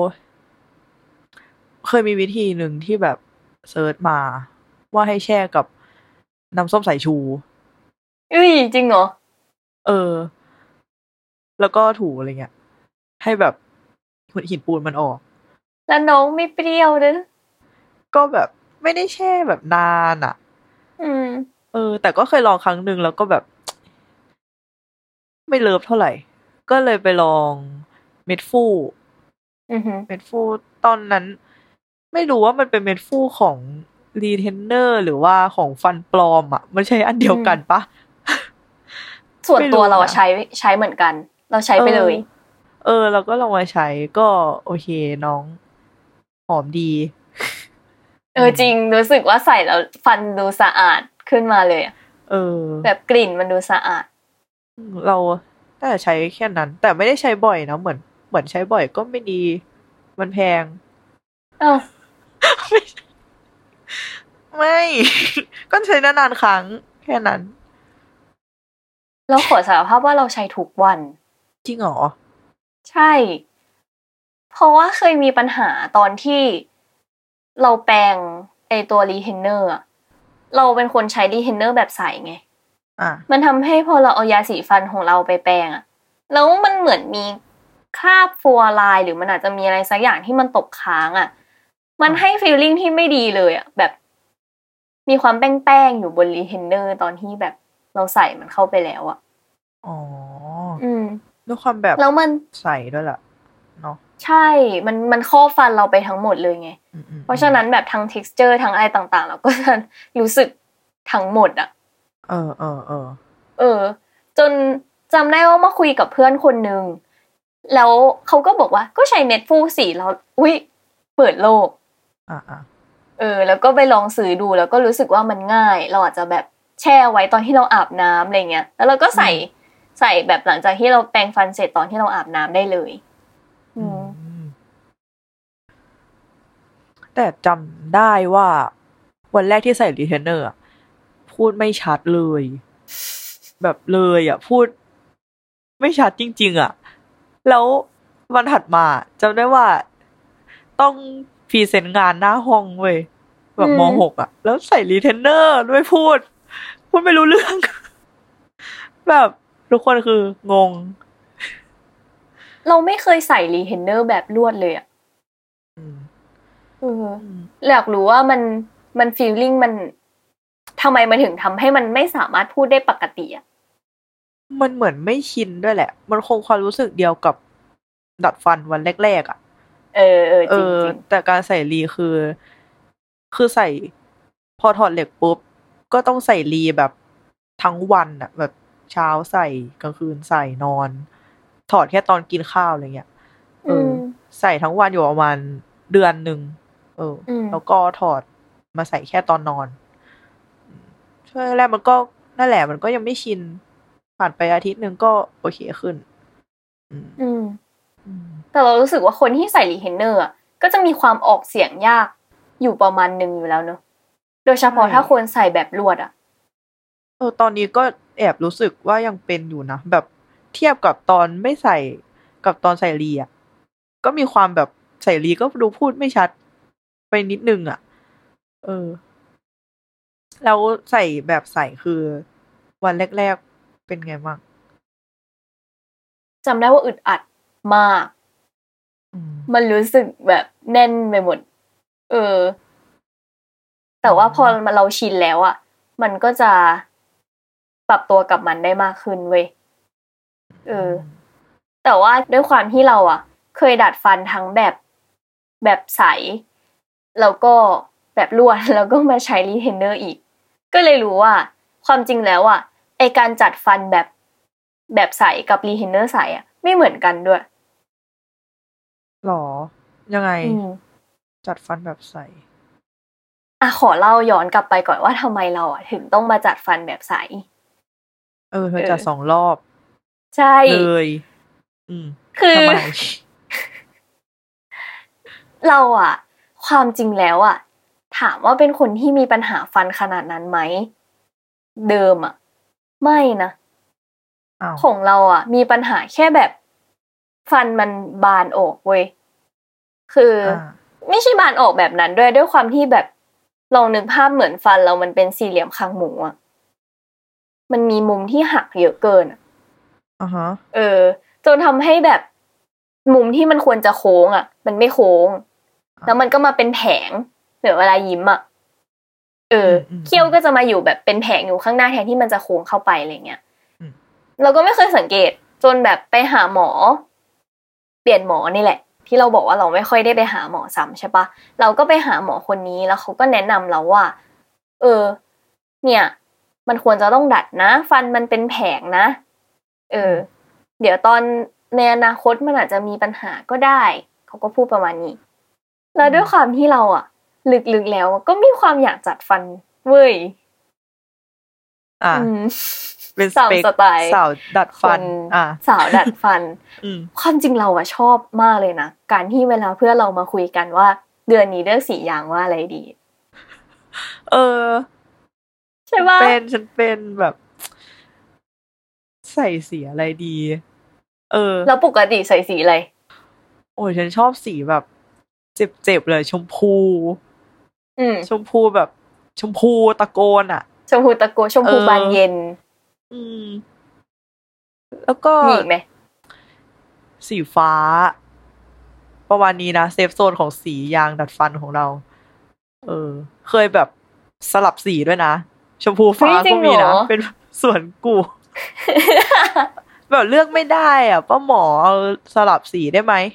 เคยมีวิธีหนึ่งที่แบบเซิร์ชมาว่าให้แช่กับน้ำส้มสายชูอุ้ยจริงเหรอเออแล้วก็ถูอะไรเงี้ยให้แบบหินปูนมันออกแล้วน้องไม่เปรี้ยวด้วยก็แบบไม่ได้แช่แบบนานอ่ะอืมเออแต่ก็เคยลองครั้งนึงแล้วก็แบบไม่เลิฟเท่าไหร่ก็เลยไปลองเม็ดฟูเม็ดฟูตอนนั้นไม่รู้ว่ามันเป็นเม็ดฟูของรีเทนเนอร์หรือว่าของฟันปลอมอ่ะมันใช้อันเดียวกันปะส่วนตัวเราใช้ใช้เหมือนกันเราใช้ไปเลยเออเราก็ลองมาใช้ก็โอเคน้องหอมดีเออจริงรู้สึกว่าใส่แล้วฟันดูสะอาดขึ้นมาเลยเออแบบกลิ่นมันดูสะอาดเราน่าจะใช้แค่นั้นแต่ไม่ได้ใช้บ่อยนะเหมือนเหมือนใช้บ่อยก็ไม่ดีมันแพงอ้าวไม่ไม่ก็ใช้นานๆครั้งแค่นั้นเราขอสารภาพว่าเราใช้ทุกวันจริงเหรอใช่เพราะว่าเคยมีปัญหาตอนที่เราแปรงไอตัวรีเทนเนอร์อะเราเป็นคนใช้รีเทนเนอร์แบบใสไงอ่ะมันทำให้พอเราเอายาสีฟันของเราไปแปรงอะแล้วมันเหมือนมีคราบฟลูออไรด์หรือมันอาจจะมีอะไรสักอย่างที่มันตกค้างอะมันให้ฟีลลิ่งที่ไม่ดีเลยอะแบบมีความแป้งๆอยู่บนรีเทนเนอร์ตอนที่แบบเราใส่มันเข้าไปแล้วอะอ๋ออืมด้วยความแบบแล้วมันใส่ด้วยล่ะเนาะใช่มันมันครอบฟันเราไปทั้งหมดเลยไงเพราะฉะนั้นแบบทั้ง texture ทั้งอะไรต่างๆเราก็จะรู้สึกทั้งหมดอ่ะเออเออเออเออจนจำได้ว่ามาคุยกับเพื่อนคนนึงแล้วเขาก็บอกว่าก็ใช้เม็ดฟูสีแล้วอุ๊ยเปิดโลกอ่าๆเออแล้วก็ไปลองซื้อดูแล้วก็รู้สึกว่ามันง่ายเราอาจจะแบบแช่ไว้ตอนที่เราอาบน้ำอะไรเงี้ยแล้วเราก็ใส่ใส่แบบหลังจากที่เราแปรงฟันเสร็จตอนที่เราอาบน้ำได้เลยอืมแต่จำได้ว่าวันแรกที่ใส่รีเทนเนอร์พูดไม่ชัดเลยแบบเลยอ่ะพูดไม่ชัดจริงๆอ่ะแล้ววันถัดมาจำได้ว่าต้องพรีเซนต์งานหน้าห้องเว้ยแบบม.หก อ่ะแล้วใส่รีเทนเนอร์ด้วยพูดพูดไม่รู้เรื่องแบบทุกคนคืองงเราไม่เคยใส่รีเทนเนอร์แบบลวดเลยอ่ะเอออยากรู้ว่ามันมันฟีลลิ่งมันทำไมมันถึงทำให้มันไม่สามารถพูดได้ปกติอ่ะมันเหมือนไม่ชินด้วยแหละมันคงความรู้สึกเดียวกับดัดฟันวันแรกๆอ่ะเออเออจริงๆแต่การใส่รีคือคือใส่พอถอดเหล็กปุ๊บก็ต้องใส่รีแบบทั้งวันอ่ะแบบเช้าใส่กลางคืนใส่นอนถอดแค่ตอนกินข้าวอะไรเงี้ยเออใส่ทั้งวันอยู่ประมาณเดือนนึงเออแล้วก็ถอดมาใส่แค่ตอนนอนช่วงแรกมันก็นั่นแหละมันก็ยังไม่ชินผ่านไปอาทิตย์นึงก็โอเคขึ้นอืมแต่เรารู้สึกว่าคนที่ใส่รีเทนเนอร์อ่ะก็จะมีความออกเสียงยากอยู่ประมาณนึงอยู่แล้วเนอะโดยเฉพาะถ้าคนใส่แบบลวดอ่ะเออตอนนี้ก็แอบรู้สึกว่ายังเป็นอยู่นะแบบเทียบกับตอนไม่ใส่กับตอนใส่รีอ่ะก็มีความแบบใส่รีก็ดูพูดไม่ชัดไปนิดนึงอ่ะเออแล้วใส่แบบใส่คือวันแรกๆเป็นไงบ้างจำได้ว่าอึดอัดมากมันรู้สึกแบบแน่นไปหมดเออแต่ว่าพอเราชินแล้วอ่ะมันก็จะปรับตัวกับมันได้มากขึ้นเว้ยเออแต่ว่าด้วยความที่เราอ่ะเคยดัดฟันทั้งแบบแบบใสแล้วก็แบบลวดแล้วก็มาใช้รีเทนเนอร์อีกก็เลยรู้ว่าความจริงแล้วอ่ะไอการจัดฟันแบบแบบใสกับรีเทนเนอร์ใสอ่ะไม่เหมือนกันด้วยหรอยังไงจัดฟันแบบใสอ่ะขอเล่าย้อนกลับไปก่อนว่าทำไมเราอ่ะถึงต้องมาจัดฟันแบบใสเออเธอจัดสองรอบใช่เลยอืมคือ เราอ่ะความจริงแล้วอ่ะถามว่าเป็นคนที่มีปัญหาฟันขนาดนั้นไหมเดิมอ่ะไม่นะของเราอ่ะมีปัญหาแค่แบบฟันมันบานออกเว้ยคือไม่ใช่บานออกแบบนั้นด้วยด้วยความที่แบบลองนึกภาพเหมือนฟันเรามันเป็นสี่เหลี่ยมคางหมูอ่ะมันมีมุมที่หักเยอะเกินอ่ะอ่าฮะเออจนทำให้แบบมุมที่มันควรจะโค้งอ่ะมันไม่โค้งแล้วมันก็มาเป็นแผงเหมือนเวลายิ้มอ่ะเออเขี้ยวก็จะมาอยู่แบบเป็นแผงอยู่ข้างหน้าแทนที่มันจะโค้งเข้าไปอะไรเงี้ยเราก็ไม่เคยสังเกตจนแบบไปหาหมอเปลี่ยนหมอนี่แหละที่เราบอกว่าเราไม่ค่อยได้ไปหาหมอซ้ำใช่ปะเราก็ไปหาหมอคนนี้แล้วเขาก็แนะนำเราว่าเออเนี่ยมันควรจะต้องดัดนะฟันมันเป็นแผงนะเออเดี๋ยวตอนในอนาคตมันอาจจะมีปัญหาก็ได้เขาก็พูดประมาณนี้แล้วด้วยความที่เราอ่ะลึกๆแล้วก็มีความอยากจัดฟันเว้ยอ่าเป็นสเปคสาวดัดฟันอ่าสาวดัดฟันความจริงเราอ่ะชอบมากเลยนะการที่เวลาเพื่อนเรามาคุยกันว่าเดือนนี้เลือกสียางว่าอะไรดีเออใช่ป่ะเป็นฉันเป็นแบบใส่สีอะไรดีเออแล้วปกติใส่สีอะไรโอ้ยฉันชอบสีแบบเจ็บๆเลยชมพูอืมชมพูแบบชมพูตะโกนอ่ะชมพูตะโกนชมพูบานเย็นอืมแล้วก็มีอีกไหมสีฟ้าประมาณนี้นะเซฟโซนของสียางดัดฟันของเราเออเคยแบบสลับสีด้วยนะชมพูฟ้าก็มีนะเป็นส่วนกู แบบเลือกไม่ได้อ่ะป้าหมอเอาสลับสีได้ไหม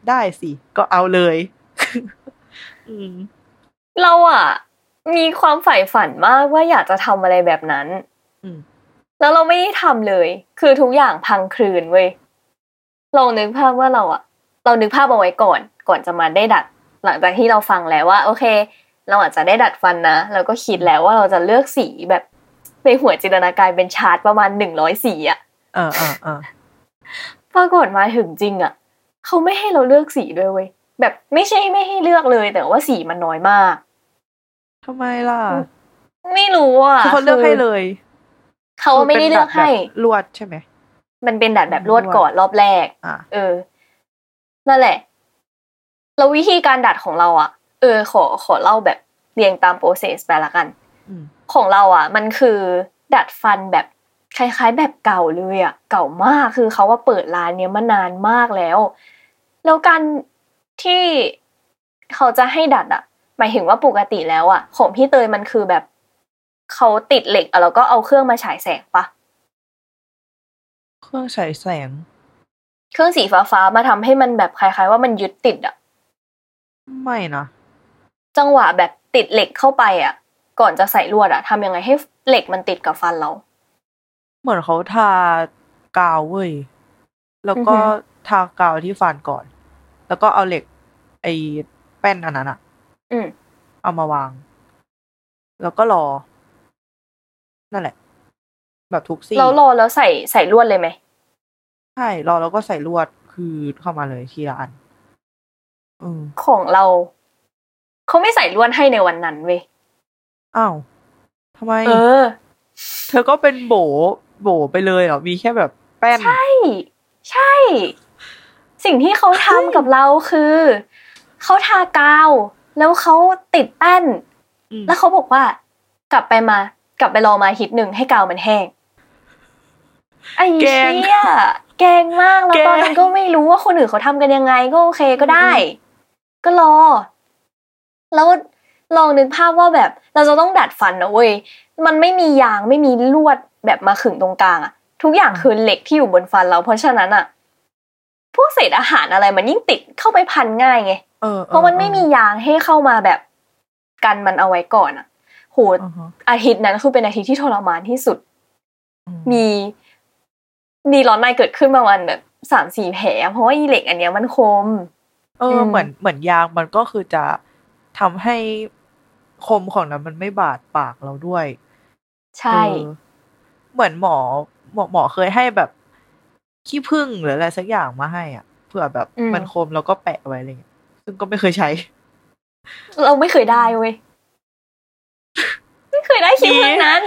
ได้สิก็เอาเลยอืมเราอ่ะมีความใฝ่ฝันมากว่าอยากจะทำอะไรแบบนั้นอืมแล้วเราไม่ได้ทำเลยคือทุกอย่างพังคลืนเว้ยลองนึกภาพว่าเราอ่ะเรานึกภาพเอาไว้ก่อนก่อนจะมาได้ดัดหลังจากที่เราฟังแล้วว่าโอเคเราอาจจะได้ดัดฟันนะแล้วก็คิดแล้วว่าเราจะเลือกสีแบบในหัวจินตนาการเป็นชาร์ตประมาณหนึ่งร้อยสีอ่ะเออๆๆปรากฏมาถึงจริงอ่ะเขาไม่ให้เราเลือกสีด้วยเว้ยแบบไม่ใช่ไม่ให้เลือกเลยแต่ว่าสีมันน้อยมากทำไมล่ะไม่รู้อ่ะคือเขาเลือกให้เลยเขาไม่ได้เลือกให้ลวดใช่ไหมมันเป็นดัดแบบลวดก่อนรอบแรกเออนั่นแหละแล้ววิธีการดัดของเราอ่ะเออขอขอเล่าแบบเรียงตามโปรเซสไปละกันของเราอ่ะมันคือดัดฟันแบบคล้ายๆแบบเก่าเลยอ่ะเก่ามากคือเขาว่าเปิดร้านเนี้ยมานานมากแล้วแล้วการที่เขาจะให้ดัดอ่ะหมายถึงว่าปกติแล้วอ่ะของพี่เตยมันคือแบบเขาติดเหล็กแล้วก็เอาเครื่องมาฉายแสงปะเครื่องฉายแสงเครื่องสีฟ้าๆมาทำให้มันแบบคล้ายๆว่ามันยึดติดอ่ะไม่นะจังหวะแบบติดเหล็กเข้าไปอ่ะก่อนจะใส่ลวดอ่ะทำยังไงให้เหล็กมันติดกับฟันเราเหมือนเขาทากาวเว้ยแล้วก็ทากาวที่ฟันก่อนแล้วก็เอาเหล็กไอ้แป้นอันนั้นอ่ะอืมเอามาวางแล้วก็รอนั่นแหละแบบทุกซี่เรารอแล้วใส่ใส่ลวดเลยไหมใช่รอแล้วก็ใส่ลวดคือเข้ามาเลยทีละอันอืมของเราเขาไม่ใส่ลวดให้ในวันนั้นเว้ยอ้าวทำไมเออเธอก็เป็นโบโบไปเลยเหรอมีแค่แบบแป้นใช่ใช่สิ่งที่เขาทำกับเราคือเขาทากาวแล้วเขาติดแป้นแล้วเขาบอกว่ากลับไปมากลับไปรอมาอาทิตย์นึงให้กาวมันแห้งไอ้เชี่ยแกงมากแล้วตอนนั้นก็ไม่รู้ว่าคนอื่นเขาทำกันยังไงก็โอเคก็ได้ก็รอแล้วลองนึกภาพว่าแบบเราจะต้องดัดฟันนะเว้ยมันไม่มียางไม่มีลวดแบบมาขึงตรงกลางอะทุกอย่างคือเหล็กที่อยู่บนฟันเราเพราะฉะนั้นอะพวกเศษอาหารอะไรมันยิ่งติดเข้าไปพันง่ายไงเพราะมันไม่มียางให้เข้ามาแบบกันมันเอาไว้ก่อนอะโหอาทิตย์นั้นคือเป็นอาทิตย์ที่ทรมานที่สุดมีมีร้อนในเกิดขึ้นประมาณแบบ สามสี่ แผลเพราะว่าอีเหล็กอันเนี้ยมันคมเออเหมือนเหมือนยางมันก็คือจะทำให้คมของนั้นมันไม่บาดปากเราด้วยใช่เหมือนหมอหมอหมอเคยให้แบบขี้ผึ้งหรืออะไรสักอย่างมาให้อ่ะเผื่อแบบมันคมแล้วก็แปะไว้อะไรเงี้ยซึ่งก็ไม่เคยใช้เราไม่เคยได้เว้ยไม่เคยได้ขี้ผึ้งนั้น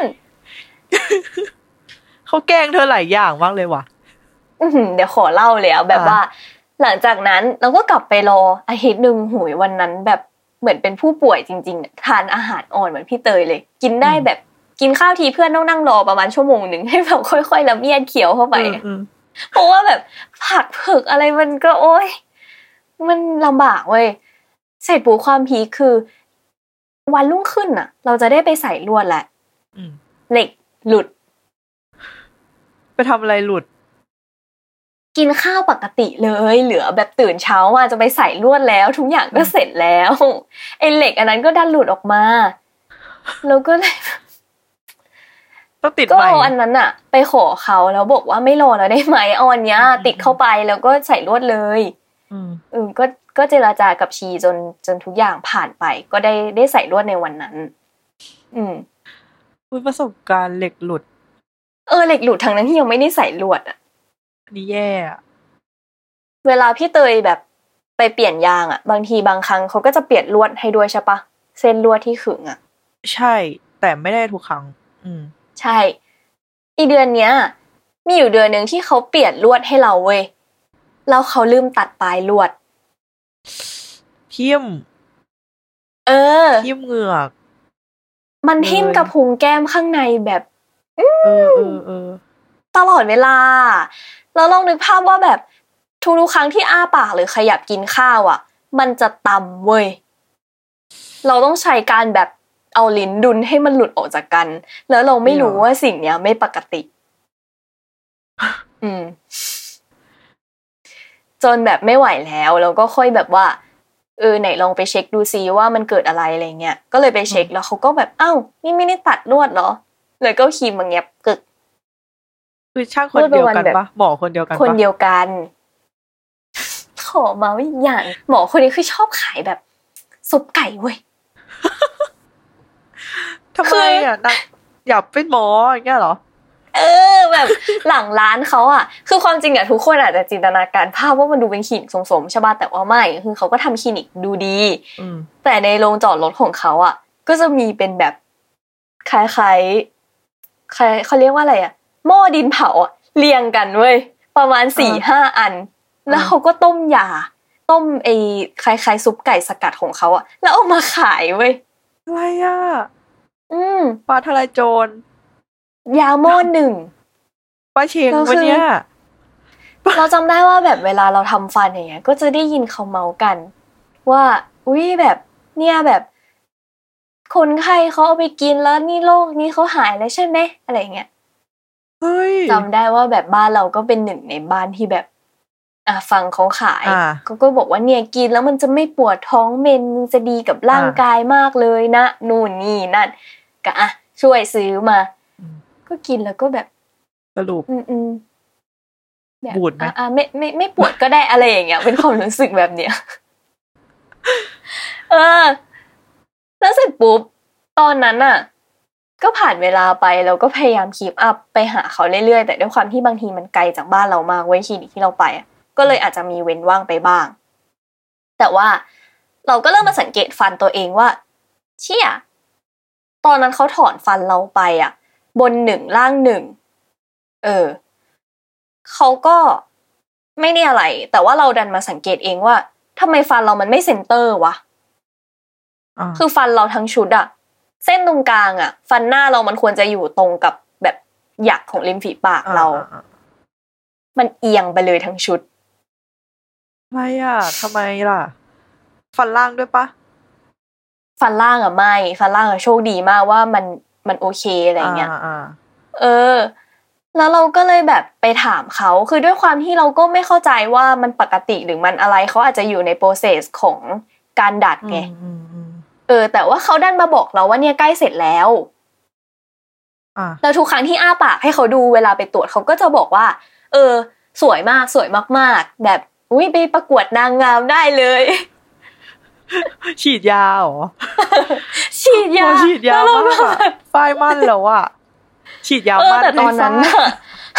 เขาแกล้งเธอหลายอย่างมากเลยว่ะเดี๋ยวขอเล่าเลยอ่ะแบบว่าหลังจากนั้นเราก็กลับไปรออาทิตย์นึงหูยวันนั้นแบบเหมือนเป็นผู้ป่วยจริงๆทานอาหารอ่อนเหมือนพี่เตยเลยกินได้แบบกินข้าวทีเพื่อนต้องนั่งรอประมาณชั่วโมงนึงให้แบบค่อยๆละเมียดเคี้ยวเข้าไปเพราะว่าแบบผักเผือกอะไรมันก็โอ๊ยมันลำบากเว้ยเสร็จปุ๊บความพีคคือวันรุ่งขึ้นน่ะเราจะได้ไปใส่ลวดแหละเหล็กหลุดไปทำอะไรหลุดกินข้าวปกติเลยเหลือแบบตื่นเช้ามาจะไปใส่ลวดแล้วทุกอย่างก็เสร็จแล้วไอ้เหล็กอันนั้นก็ดันหลุดออกมาแล้วก็เลยต้องติดก็เอาอันนั้นอะไปขอเขาแล้วบอกว่าไม่รอแล้วได้ไหมเอาอันเนี้ยติดเข้าไปแล้วก็ใส่ลวดเลยอืมก็ก็เจรจากับชีจนจนทุกอย่างผ่านไปก็ได้ได้ใส่ลวดในวันนั้นอืมคุณประสบการณ์เหล็กหลุดเออเหล็กหลุดทั้งนั้นที่ยังไม่ได้ใส่ลวดอะนี่แย่อะเวลาพี่เตยแบบไปเปลี่ยนยางอะบางทีบางครั้งเขาก็จะเปลี่ยนลวดให้ด้วยใช่ปะเส้นลวดที่ขึงอะใช่แต่ไม่ได้ทุกครั้งอืมใช่อีเดือนเนี้ยมีอยู่เดือนนึงที่เขาเปลี่ยนลวดให้เราเว้ยแล้วเขาลืมตัดปลายลวดทิ่มเออทิ่มเหงือกมันทิ่มกับพุงแก้มข้างในแบบเออเออเออตลอดเวลาแล้วลองนึกภาพว่าแบบทุกๆครั้งที่อ้าปากหรือขยับกินข้าวอ่ะมันจะต่ำเว้ยเราต้องใช้การแบบเอาลิ้นดุลให้มันหลุดออกจากกันแล้วเราไม่รู้ว่าสิ่งเนี้ยไม่ปกติอืมจนแบบไม่ไหวแล้วแล้วก็ค่อยแบบว่าเออไหนลองไปเช็คดูซิว่ามันเกิดอะไรอะไรเงี้ยก็เลยไปเช็คแล้วเขาก็แบบอ้าวนี่ไม่ได้ตัดลวดเหรอเลยก็ครีมมาเงียบกึกคือช่างคนเดียวกันปะหมอคนเดียวกันปะคนเดียวกันขอมาว่าอย่างหมอคนนี้คือชอบขายแบบซุปไก่เว้ยทำไมอ่ะอยากเป็นหมออย่างเงี้ยเหรอเออแบบหลังร้านเขาอ่ะคือความจริงอ่ะทุกคนอาจจะจินตนาการภาพว่ามันดูเป็นคลินิกสมๆใช่ป่ะแต่ว่าไม่คือเขาก็ทำคลินิกดูดีแต่ในโรงจอดรถของเขาอ่ะก็จะมีเป็นแบบคล้ายๆคล้ายเขาเรียกว่าอะไรอ่ะหม้อดินเผาอ่ะเรียงกันเว้ยประมาณ สี่ห้า อันแล้วเขาก็ต้มยาต้มไอ้คล้ายๆซุปไก่สกัดของเขาอ่ะแล้วเอามาขายเว้ยอะไรอ่ะอืมปลาทลายโจรยาหม้อหนึ่งป้าเชงวันเนี้ยเราจำได้ว่าแบบเวลาเราทำฟันอย่างเงี้ยก็จะได้ยินเขาเมากันว่าอุ้ยแบบเนี่ยแบบคนไข้เขาเอาไปกินแล้วนี่โรคนี้เขาหายแล้วใช่ไหมอะไรเงี้ยเฮ้ยจำได้ว่าแบบบ้านเราก็เป็นหนึ่งในบ้านที่แบบอ่ะฟังเขาขายเขาก็บอกว่าเนี่ยกินแล้วมันจะไม่ปวดท้องเมนมันจะดีกับร่างกายมากเลยนะนู่นนี่นั่นก็อ่ะช่วยซื้อมาก็กินแล้วก็แบบสรุปอืมๆแบบปวดไหมอ่ะไม่ไม่ไม่ปวดก็ได้อะไรอย่างเงี้ยเป็นความรู้สึกแบบเนี้ยเออแล้วเสร็จปุ๊บตอนนั้นน่ะก็ผ่านเวลาไปแล้วก็พยายามคีปอัพไปหาเขาเรื่อยๆแต่ด้วยความที่บางทีมันไกลจากบ้านเรามากเว้ยคลินิกที่เราไปอ่ะก็เลยอาจจะมีเว้นว่างไปบ้างแต่ว่าเราก็เริ่มมาสังเกตฟันตัวเองว่าเชี่ยตอนนั้นเขาถอนฟันเราไปอ่ะบนหนึ่งล่างหนึ่งเออเขาก็ไม่ได้อะไรแต่ว่าเราดันมาสังเกตเองว่าทำไมฟันเรามันไม่เซนเตอร์วะคือฟันเราทั้งชุดอะเส้นตรงกลางอะฟันหน้าเรามันควรจะอยู่ตรงกับแบบหยักของริมฝีปากเรามันเอียงไปเลยทั้งชุดไม่อะทำไมล่ะฟันล่างด้วยปะฟันล่างอะไม่ฟันล่างอะโชคดีมากว่ามันมันโอเคอะไรเงี้ยเออแล้วเราก็เลยแบบไปถามเขาคือด้วยความที่เราก็ไม่เข้าใจว่ามันปกติหรือมันอะไรเขาอาจจะอยู่ในโปรเซสของการดัดไงเออแต่ว่าเขาดันมาบอกเราว่าเนี่ยใกล้เสร็จแล้วแล้วทุกครั้งที่อ้าปากให้เขาดูเวลาไปตรวจเขาก็จะบอกว่าเออสวยมากสวยมากๆแบบอุ้ยไปประกวดนางงามได้เลยฉีดยาเหรอฉีดยาฉีดยามากฝ้ายมั่นแล้วอ่ะฉีดยามั่นแต่ตอนนั้นน่ะ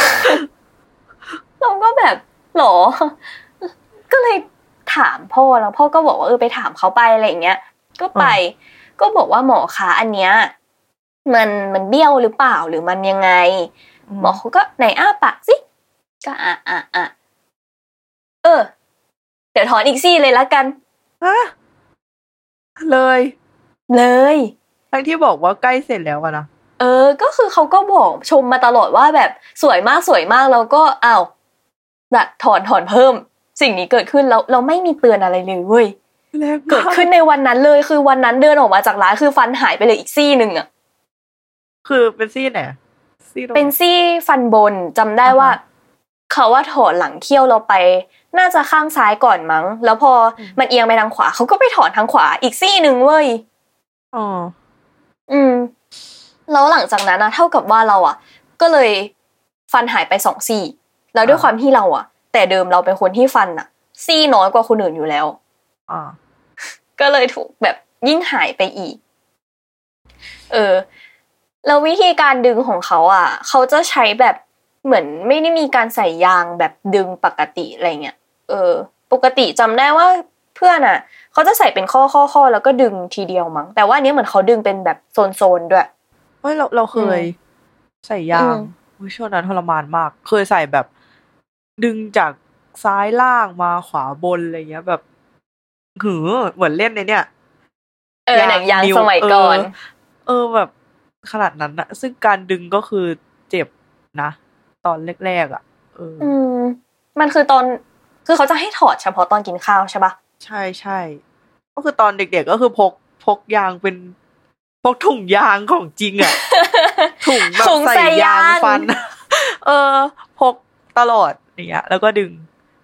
เราก็แบบหรอก็เลยถามพ่อแล้วพ่อก็บอกว่าเออไปถามเขาไปอะไรอย่างเงี้ยก็ไปก็บอกว่าหมอคะอันเนี้ยมันมันเบี้ยวหรือเปล่าหรือมันยังไงหมอเขาก็ไหนอ้าปากสิก็อ่ะอ่ะอ่ะเออเดี๋ยวถอนอีกซี่เลยละกันฮะเลยเลยทั้งที่บอกว่าใกล้เสร็จแล้วอะนะเออก็คือเขาก็บอกชมมาตลอดว่าแบบสวยมากสวยมากแล้วก็อ้าวดัดถอนถอนเพิ่มสิ่งนี้เกิดขึ้นแล้วเราไม่มีเตือนอะไรเลยเว้ยเกิดขึ้นในวันนั้นเลยคือวันนั้นเดินออกมาจากร้านคือฟันหายไปเลยอีกซี่นึงอ่ะคือเป็นซี่ไหนซี่เป็นซี่ฟันบนจำได้ว่าเขาว่าถอนหลังเขี้ยวเราไปน่าจะข้างซ้ายก่อนมั้งแล้วพอมันเอียงไปทางขวาเขาก็ไปถอนทางขวาอีกซี่นึงเว้ยอ๋ออืมแล้วหลังจากนั้นนะเท่ากับว่าเราอ่ะก็เลยฟันหายไปสองซี่แล้วด้วยความที่เราอ่ะแต่เดิมเราเป็นคนที่ฟันอ่ะซี่น้อยกว่าคนอื่นอยู่แล้วอ่าก็เลยถูกแบบยิ่งหายไปอีกเออแล้ววิธีการดึงของเขาอ่ะเขาจะใช้แบบเหมือนไม่ได้มีการใส่ยางแบบดึงปกติอะไรเงี้ยเออปกติจำได้ว่าเพื่อนอ่ะเขาจะใส่เป็นข้อข้อข้อแล้วก็ดึงทีเดียวมั้งแต่ว่าอันนี้เหมือนเขาดึงเป็นแบบโซนๆด้วยเฮ้ยเราเราเคยใส่ยางช่วงนั้นทรมานมากเคยใส่แบบดึงจากซ้ายล่างมาขวาบนอะไรเงี้ยแบบหือเหมือนเล่นในเนี่ยเออหนังยางสมัยก่อนเออแบบขนาดนั้นนะซึ่งการดึงก็คือเจ็บนะตอนแรกๆอ่ะเอออืมมันคือตอนคือเขาจะให้ถอดเฉพาะตอนกินข้าวใช่ปะใช่ใช่ก็คือตอนเด็กๆก็คือพกพกยางเป็นพกถุงยางของจริงอ่ะถุงแบบใส่ยางฟันเออพกตลอดอย่างเงี้ยแล้วก็ดึง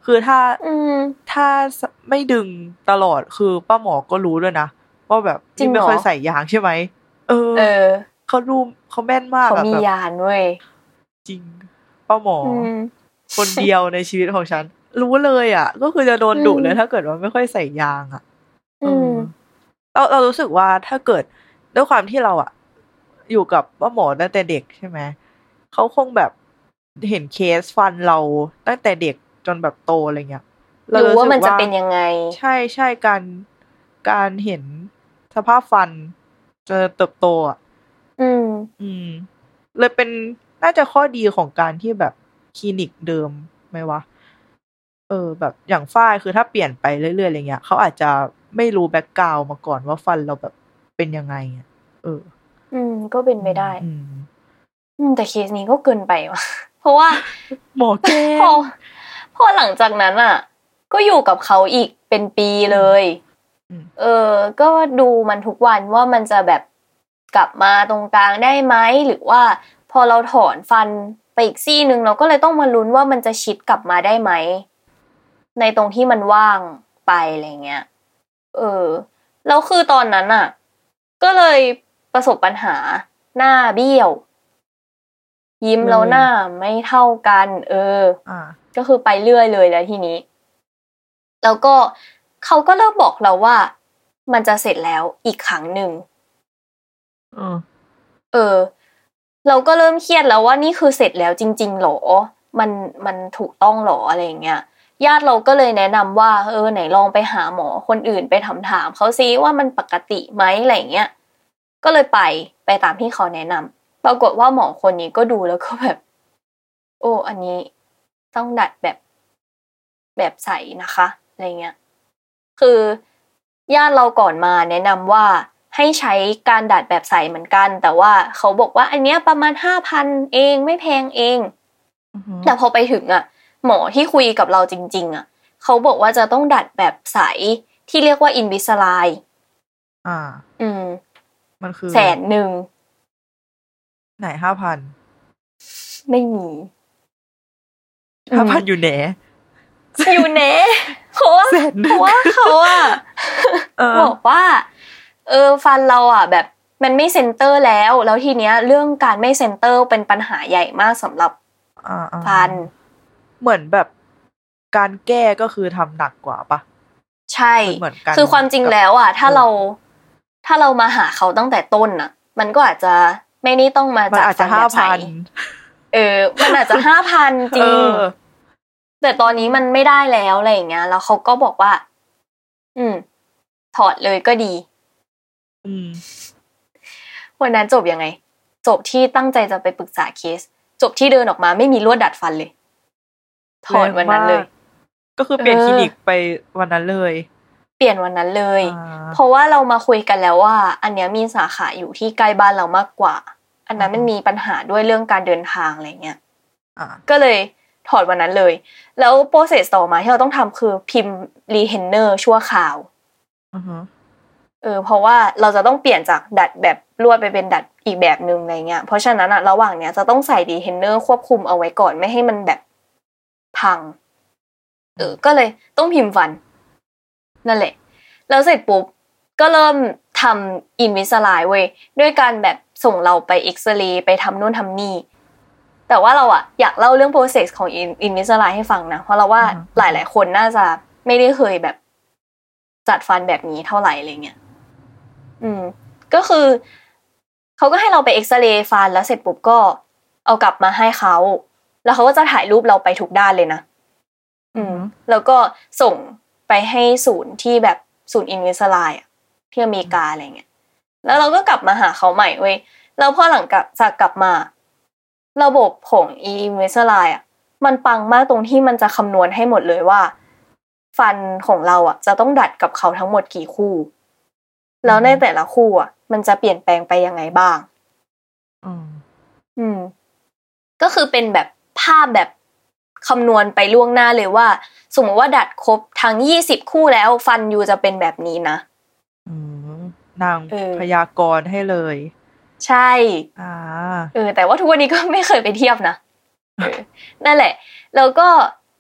คือถ้าถ้าไม่ดึงตลอดคือป้าหมอก็รู้ด้วยนะว่าแบบที่ไม่ค่อยใส่ยางใช่ไหมเออเขารู้เขาแม่นมากเขามียานเว้ยจริงป้าหมอคนเดียวในชีวิตของฉันรู้เลยอ่ะก็คือจะโดนดุเลยถ้าเกิดว่าไม่ค่อยใส่ยางอ่ะเราเรารู้สึกว่าถ้าเกิดด้วยความที่เราอ่ะอยู่กับป้าหมอตั้งแต่เด็กใช่ไหมเขาคงแบบเห็นเคสฟันเราตั้งแต่เด็กจนแบบโตอะไรเงี้ยรู้ว่ามันจะเป็นยังไงใช่ใช่การการเห็นสภาพฟันจะเติบโตอ่ะอืมอืมเลยเป็นน่าจะข้อดีของการที่แบบคลินิกเดิมไหมวะเออแบบอย่างฝ้ายคือถ้าเปลี่ยนไปเรื่อยๆอะไรเงี้ยเขาอาจจะไม่รู้แบ็คกราวด์มาก่อนว่าฟันเราแบบเป็นยังไงอ่ะเอออืมก็เป็นไปได้อืมอืมแต่เคสนี้ก็เกินไปว่ะเพราะว่าหมอแก้พอพอหลังจากนั้นอ่ะก็อยู่กับเขาอีกเป็นปีเลยเออก็ดูมันทุกวันว่ามันจะแบบกลับมาตรงกลางได้ไหมหรือว่าพอเราถอนฟันไปอีกซี่นึงเราก็เลยต้องมาลุ้นว่ามันจะชิดกลับมาได้ไหมในตรงที่มันว่างไปอะไรเงี้ยเออแล้วคือตอนนั้นอ่ะก็เลยประสบปัญหาหน้าเบี้ยวยิ้มแล้วหน้าไม่เท่ากันเอออ่าก็คือไปเรื่อยเลยแล้วทีนี้แล้วก็เขาก็เริ่มบอกเราว่ามันจะเสร็จแล้วอีกครั้งหนึ่งเออเออเราก็เริ่มเครียดแล้วว่านี่คือเสร็จแล้วจริงๆหรอมันมันถูกต้องหรออะไรอย่างเงี้ยญาติเราก็เลยแนะนำว่าเออไหนลองไปหาหมอคนอื่นไปถามถามเขาซิว่ามันปกติไหมอะไรอย่างเงี้ยก็เลยไปไปตามที่เขาแนะนำปรากฏว่าหมอคนนี้ก็ดูแล้วก็แบบโอ้อันนี้ต้องดัดแบบแบบใสนะคะอะไรเงี้ยคือญาติเราก่อนมาแนะนำว่าให้ใช้การดัดแบบใสเหมือนกันแต่ว่าเขาบอกว่าอันเนี้ยประมาณ ห้าพัน เองไม่แพงเอง uh-huh. แต่พอไปถึงอ่ะหมอที่คุยกับเราจริงๆอ่ะเขาบอกว่าจะต้องดัดแบบใสที่เรียกว่า Invisalign อ่าอืมมันคือแสนหนึ่งไหน ห้าพันไม่มีห้าพัน อยู่ไหนอยู่ไหนเพราะว่าเพราะว่าเขาอ่ะบอกว่าเออฟันเราอ่ะแบบมันไม่เซนเตอร์แล้วแล้วทีเนี้ยเรื่องการไม่เซนเตอร์เป็นปัญหาใหญ่มากสำหรับฟันเหมือนแบบการแก้ก็คือทำหนักกว่าปะใช่คือความจริงแล้วอ่ะถ้าเราถ้าเรามาหาเขาตั้งแต่ต้นอ่ะมันก็อาจจะไม่ได้ต้องมาจัดฟันแบบใสเออมันอาจจะ ห้าพัน จริงแต่ตอนนี้มันไม่ได้แล้วอะไรอย่างเงี้ยแล้วเขาก็บอกว่าอืมถอดเลยก็ดีอืมวันนั้นจบยังไงจบที่ตั้งใจจะไปปรึกษาเคสจบที่เดินออกมาไม่มีลวดดัดฟันเลยถอดวันนั้นเลยก็คือเปลี่ยนคลินิกไปวันนั้นเลยเปลี่ยนวันนั้นเลยเพราะว่าเรามาคุยกันแล้วว่าอันเนี้ยมีสาขาอยู่ที่ใกล้บ้านเรามากกว่าอันนั้นมันมีปัญหาด้วยเรื่องการเดินทางอะไรเงี้ยก็เลยถอดวันนั้นเลยแล้วโปรเซสต่อมาที่เราต้องทำคือพิมพ์รีเทนเนอร์ชั่วคราวอือฮึเออเพราะว่าเราจะต้องเปลี่ยนจากดัดแบบลวดไปเป็นดัดอีกแบบนึงอะไรเงี้ยเพราะฉะนั้นอะระหว่างเนี้ยจะต้องใส่รีเทนเนอร์ควบคุมเอาไว้ก่อนไม่ให้มันแบบพังเออก็เลยต้องพิมพ์ฟันนั่นแหละแล้วเสร็จปุ๊บก็เริ่มทำอินวิสไลน์เว้ยด้วยการแบบส่งเราไปเอ็กซเรย์ไปทำนู่นทำนี่แต่ว่าเราอะอยากเล่าเรื่อง process ของ Invisalign ให้ฟังนะเพราะเราว่าหลายๆคนน่าจะไม่ได้เคยแบบจัดฟันแบบนี้เท่าไหร่อะไรเงี้ยอืมก็คือเขาก็ให้เราไปเอ็กซเรย์ฟันแล้วเสร็จปุ๊บก็เอากลับมาให้เขาแล้วเขาก็จะถ่ายรูปเราไปทุกด้านเลยนะอืมแล้วก็ส่งไปให้ศูนย์ที่แบบศูนย์ Invisalign อ่ะที่อเมริกาอะไรเงี้ยแล้วเราก็กลับมาหาเขาใหม่เว้ยแล้วพอหลังจากกลับมาระบบของ Invisalign อ่ะมันปังมากตรงที่มันจะคำนวณให้หมดเลยว่าฟันของเราอ่ะจะต้องดัดกับเขาทั้งหมดกี่คู่แล้วในแต่ละคู่อ่ะมันจะเปลี่ยนแปลงไปยังไงบ้างอืมอืมก็คือเป็นแบบภาพแบบคำนวณไปล่วงหน้าเลยว่าสมมติว่าดัดครบทั้งยี่สิบคู่แล้วฟันยูจะเป็นแบบนี้นะอืมนางพยากรณ์ให้เลยใช่อ่าเออแต่ว่าทุกวันนี้ก็ไม่เคยไปเทียบนะเออนั่นแหละแล้วก็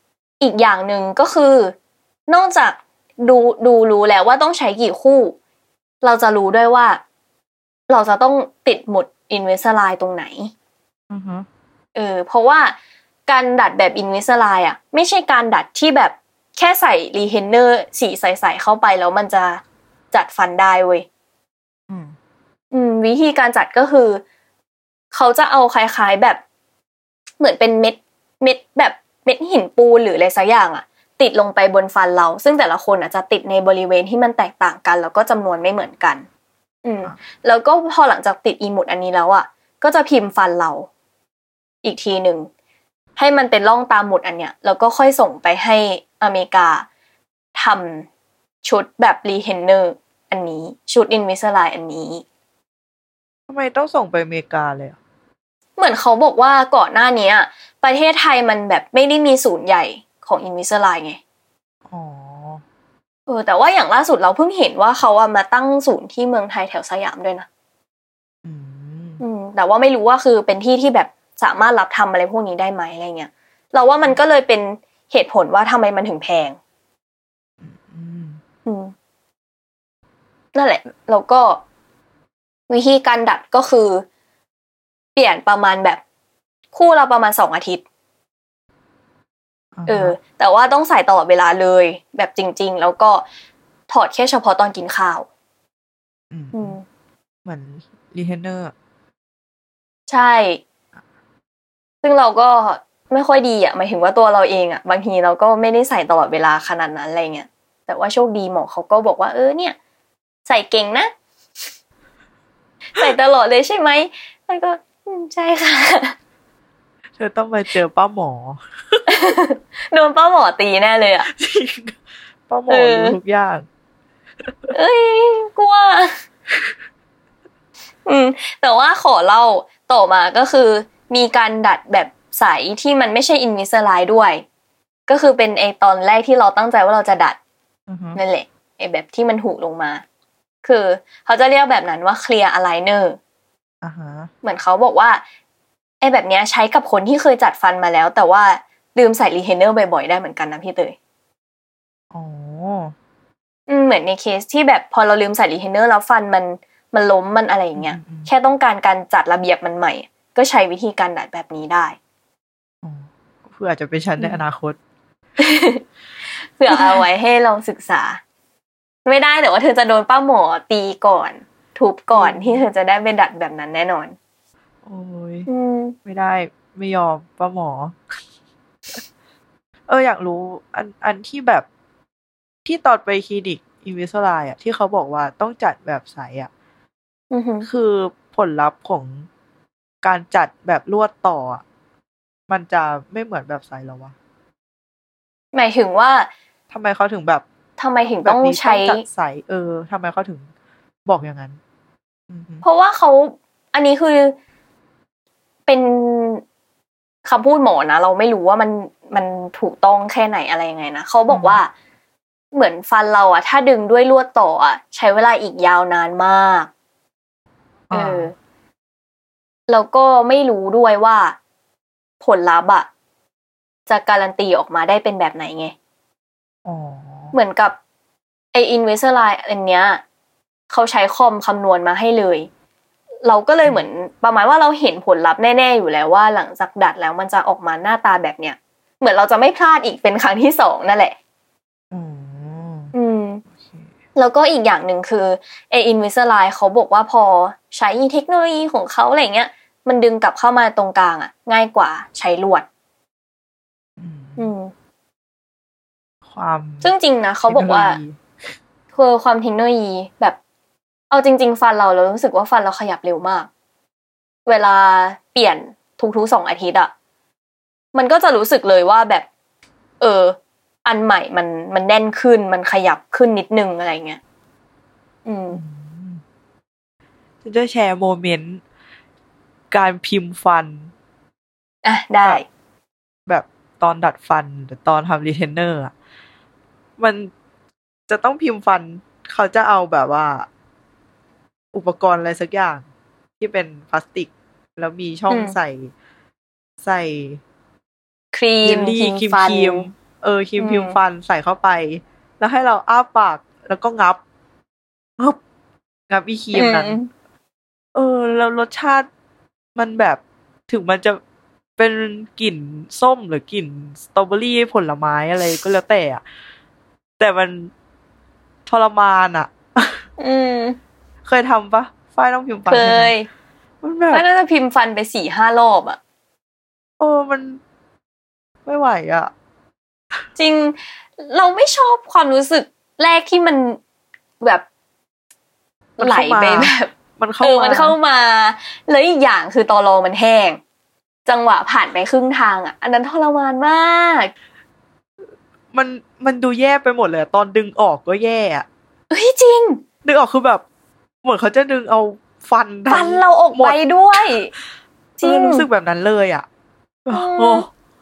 อีกอย่างนึงก็คือนอกจากดูดูรู้แล้วว่าต้องใช้กี่คู่เราจะรู้ด้วยว่าเราจะต้องติดหมุด Invisalign ตรงไหนอือฮึเออเพราะว่าการดัดแบบ Invisalign อ่ะไม่ใช่การดัดที่แบบแค่ใส่รีเทนเนอร์สีใสๆเข้าไปแล้วมันจะจัดฟันได้เว้ยอืมอืมวิธีการจัดก็คือเขาจะเอาคล้ายๆแบบเหมือนเป็นเม็ดเม็ดแบบเม็ดหินปูนหรืออะไรสักอย่างอ่ะติดลงไปบนฟันเราซึ่งแต่ละคนอ่ะจะติดในบริเวณที่มันแตกต่างกันแล้วก็จำนวนไม่เหมือนกันอืมแล้วก็พอหลังจากติดอีหมุดอันนี้แล้วอ่ะก็จะพิมพ์ฟันเราอีกทีนึงให้มันเป็นร่องตามหมุดอันเนี้ยแล้วก็ค่อยส่งไปให้อเมริกาทำชุดแบบรีเทนเนอร์อันนี้ชุด Invisalign อันนี้ทำไมต้องส่งไปอเมริกาเลยอ่ะเหมือนเขาบอกว่าก่อนหน้านี้ประเทศไทยมันแบบไม่ได้มีศูนย์ใหญ่ของ Invisalign ไงอ๋อเออแต่ว่าอย่างล่าสุดเราเพิ่งเห็นว่าเขาอะมาตั้งศูนย์ที่เมืองไทยแถวสยามด้วยนะอืมอืมแต่ว่าไม่รู้ว่าคือเป็นที่ที่แบบสามารถรับทำอะไรพวกนี้ได้ไหมอะไรเงี้ยเราว่ามันก็เลยเป็นเหตุผลว่าทำไมมันถึงแพงอืมอืมนั่นแหละแล้วก็วิธีการดัดก็คือเปลี่ยนประมาณแบบคู่ละประมาณสองอาทิตย์เออแต่ว่าต้องใส่ตลอดเวลาเลยแบบจริงๆแล้วก็ถอดแค่เฉพาะตอนกินข้าวอืมเหมือนรีเทนเนอร์ใช่ซึ่งเราก็ไม่ค่อยดีอ่ะหมายถึงว่าตัวเราเองอ่ะบางทีเราก็ไม่ได้ใส่ตลอดเวลาขนาดนั้นอะไรเงี้ยแต่ว่าโชคดีหมอเขาก็บอกว่าเออเนี่ยใส่เก่งนะใส่ตลอดเลยใช่ไหมแล้วก็ใช่ค่ะเธอต้องไปเจอป้าหมอโดนป้าหมอตีแน่เลยอ่ะจริงป้าหมอรู้ทุกอย่างเอ้ยกลัวอืมแต่ว่าขอเล่าต่อมาก็คือมีการดัดแบบใสที่มันไม่ใช่ Invisalign ด้วยก็คือเป็นไอตอนแรกที่เราตั้งใจว่าเราจะดัด uh-huh. นั่นแหละไอแบบที่มันหูลงมาคือเขาจะเรียกแบบนั้นว่า clear aligner อ่าฮะเหมือนเขาบอกว่าไอแบบเนี้ยใช้กับคนที่เคยจัดฟันมาแล้วแต่ว่าลืมใส่รีเทนเนอร์บ่อยๆได้เหมือนกันนะพี่เตยอ๋ออืมเหมือนในเคสที่แบบพอเราลืมใส่รีเทนเนอร์แล้วฟันมันมันล้มมันอะไรอย่างเงี้ยแค่ต้องการการจัดระเบียบมันใหม่ก็ใช้วิธีการดัดแบบนี้ได้อ๋อเพื่ออาจจะเป็นชั้นในอนาคตเผื่อเอาไว้ให้ลองศึกษาไม่ได้แต่ว่าเธอจะโดนป้าหมอตีก่อนทุบก่อนที่เธอจะได้ไปดัดแบบนั้นแน่นอนโอ้ยไม่ได้ไม่ยอมป้าหมอเอออยากรู้อันอันที่แบบที่ตอนไปคลินิก Invisalign อ่ะที่เขาบอกว่าต้องจัดแบบใสอ่ะคือผลลัพธ์ของการจัดแบบลวดต่อมันจะไม่เหมือนแบบใสแล้ววะหมายถึงว่าทำไมเขาถึงแบบทำไมถึงต้องใช้จัดใสเออทำไมเขาถึงบอกอย่างนั้นเพราะว่าเขาอันนี้คือเป็นคำพูดหมอนะเราไม่รู้ว่ามันมันถูกต้องแค่ไหนอะไรยังไงนะเขาบอกว่าเหมือนฟันเราอะถ้าดึงด้วยลวดต่ออะใช้เวลาอีกยาวนานมากเออแล้วก็ไม่รู้ด้วยว่าผลลัพธ์อะจะการันตีออกมาได้เป็นแบบไหนไงอ๋อเหมือนกับไอ้ Invisalign อันเนี้ยเขาใช้คอมคำนวณมาให้เลยเราก็เลยเหมือนประมาณว่าเราเห็นผลลัพธ์แน่ๆอยู่แล้วว่าหลังจากดัดแล้วมันจะออกมาหน้าตาแบบเนี้ยเหมือนเราจะไม่พลาดอีกเป็นครั้งที่สองนั่นแหละอืมอืมแล้วก็อีกอย่างหนึ่งคือไอ้ Invisalign เขาบอกว่าพอใช้เทคโนโลยีของเขาอะไรเงี้ยมันดึงกลับเข้ามาตรงกลางอ่ะง่ายกว่าใช้ลวดอืมความซึ่งจริงนะเขาบอกว่าคือความเทคโนโลยีแบบเอาจริงๆฟันเราเรารู้สึกว่าฟันเราขยับเร็วมากเวลาเปลี่ยนทุกๆสองอาทิตย์อ่ะมันก็จะรู้สึกเลยว่าแบบเอออันใหม่มันมันแน่นขึ้นมันขยับขึ้นนิดนึงอะไรเงี้ยอืมจะแชร์โมเมนต์การพิมพ์ฟันอ่ะได้แบบตอนดัดฟันหรือตอนทำรีเทนเนอร์อ่ะมันจะต้องพิมพ์ฟันเขาจะเอาแบบว่าอุปกรณ์อะไรสักอย่างที่เป็นพลาสติกแล้วมีช่องใส่ใส่ครีมพิมพ์ฟันเออครีมพิมพ์ฟันใส่เข้าไปแล้วให้เราอ้าปากแล้วก็งับงับงับอีครีมนั้นเออแล้วรสชาติมันแบบถึงมันจะเป็นกลิ่นส้มหรือกลิ่นสตรอเบอรี่ผลไม้อะไรก็แล้วแต่อ่ะแต่มันทรมานอ่ะอืมเคยทำปะฝ้ายต้องพิมพ์ฟันเคยมันแบบฝ้ายน่าจะพิมพ์ฟันไป สี่ห้ารอบอ่ะเออมันไม่ไหวอ่ะจริงเราไม่ชอบความรู้สึกแรกที่มันแบบไหลไปแบบมันเข้าเออมันเข้ามาแล้วอีกอย่างคือตอรอมันแห้งจังหวะผ่านไปครึ่งทางอ่ะอันนั้นทรมานมากมันมันดูแย่ไปหมดเลยตอนดึงออกก็แย่อ่ะเฮ้ยจริงดึงออกคือแบบเหมือนเขาจะดึงเอาฟันฟันเราออกไปด้วยจริงรู้สึกแบบนั้นเลยอ่ะโอ้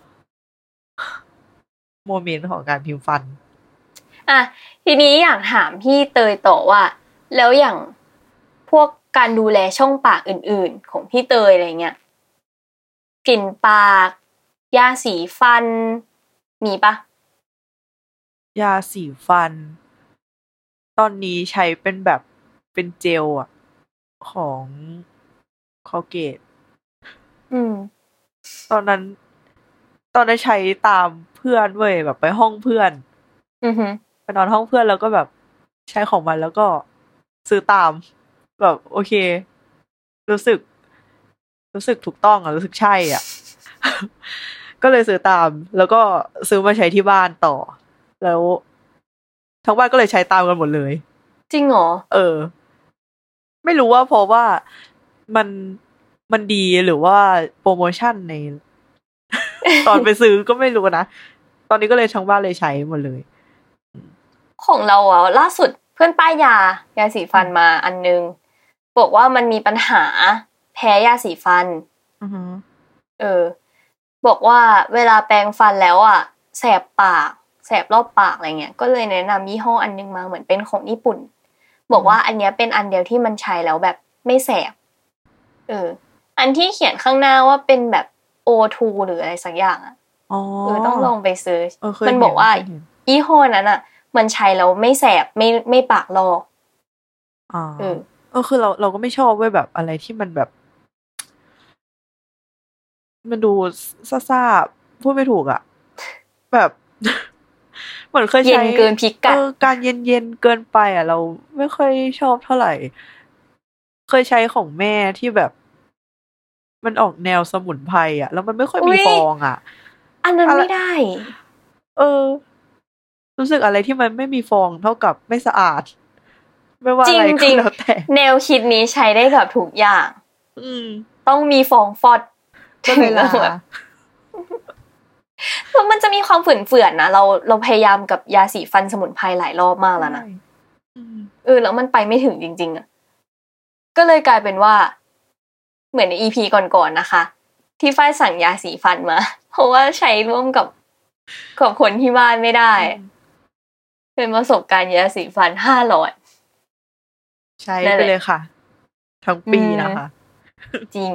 โมเมนต์ของการพิมพ์ฟันอ่ะทีนี้อยากถามพี่เตยต่อว่าแล้วอย่างพวกการดูแลช่องปากอื่นๆของพี่เตยอะไรเงี้ยกลิ่นปากยาสีฟันมีปะยาสีฟันตอนนี้ใช้เป็นแบบเป็นเจลอ่ะของคอลเกตอืมตอนนั้นตอนนั้นใช้ตามเพื่อนเว้ยแบบไปห้องเพื่อนอือฮึไปนอนห้องเพื่อนแล้วก็แบบใช้ของมันแล้วก็ซื้อตามแบบโอเครู้สึกรู้สึกถูกต้องอ่ะรู้สึกใช่อ่ะ ก็เลยซื้อตามแล้วก็ซื้อมาใช้ที่บ้านต่อแล้วทั้งบ้านก็เลยใช้ตามกันหมดเลยจริงเหรอเออไม่รู้ว่าเพราะว่ามันมันดีหรือว่าโปรโมชั่นใน ตอนไปซื้อก็ไม่รู้นะตอนนี้ก็เลยทั้งบ้านเลยใช้หมดเลยของเราอ่ะล่าสุดเพื่อนป้ายยายาสีฟันมาอันนึงบอกว่ามันมีปัญหาแพ้ยาสีฟันอือฮึเออบอกว่าเวลาแปรงฟันแล้วอ่ะแสบปากแสบรอบปากอะไรเงี้ยก็เลยแนะนำยี่ห้ออันนึงมาเหมือนเป็นของญี่ปุ่นบอกว่าอันเนี้ยเป็นอันเดียวที่มันใช้แล้วแบบไม่แสบเอออันที่เขียนข้างหน้าว่าเป็นแบบ โอ ทู หรืออะไรสักอย่างอ่ะอ๋อเออต้องลองไปเซิร์ชมันบอกว่ายี่ห้อนั้นอ่ะมันใช้แล้วไม่แสบไม่ไม่ปากลอกอ๋อเออเออคือเราเราก็ไม่ชอบเว้ยแบบอะไรที่มันแบบมันดูซ่าๆพูดไม่ถูกอ่ะแบบเหมือนเคยใช้เย็นเกินพิกัดเออการเย็นๆเกินไปอ่ะเราไม่ค่อยชอบเท่าไหร่เคยใช้ของแม่ที่แบบมันออกแนวสมุนไพรอ่ะแล้วมันไม่ค่อยมีฟองอ่ะอันนั้นไม่ได้เออรู้สึกอะไรที่มันไม่มีฟองเท่ากับไม่สะอาดไม่ว่าอะไรก็แล้วแต่แนวคิดนี้ใช้ได้กับทุกอย่างอืมต้องมีฟองฟอดถึงเวลาแล้วมันจะมีความฝืนๆนะเราเราพยายามกับยาสีฟันสมุนไพรหลายรอบมากแล้วนะเออแล้วมันไปไม่ถึงจริงๆอ่ะก็เลยกลายเป็นว่าเหมือนใน อี พี ก่อนๆนะคะที่ฝ้ายสั่งยาสีฟันมาเพราะว่าใช้ร่วมกับกับคนที่บ้านไม่ได้เป็นประสบการณ์ยาสีฟันห้าหลอดใช้ไปเลยค่ะทั้งปีนะคะจริง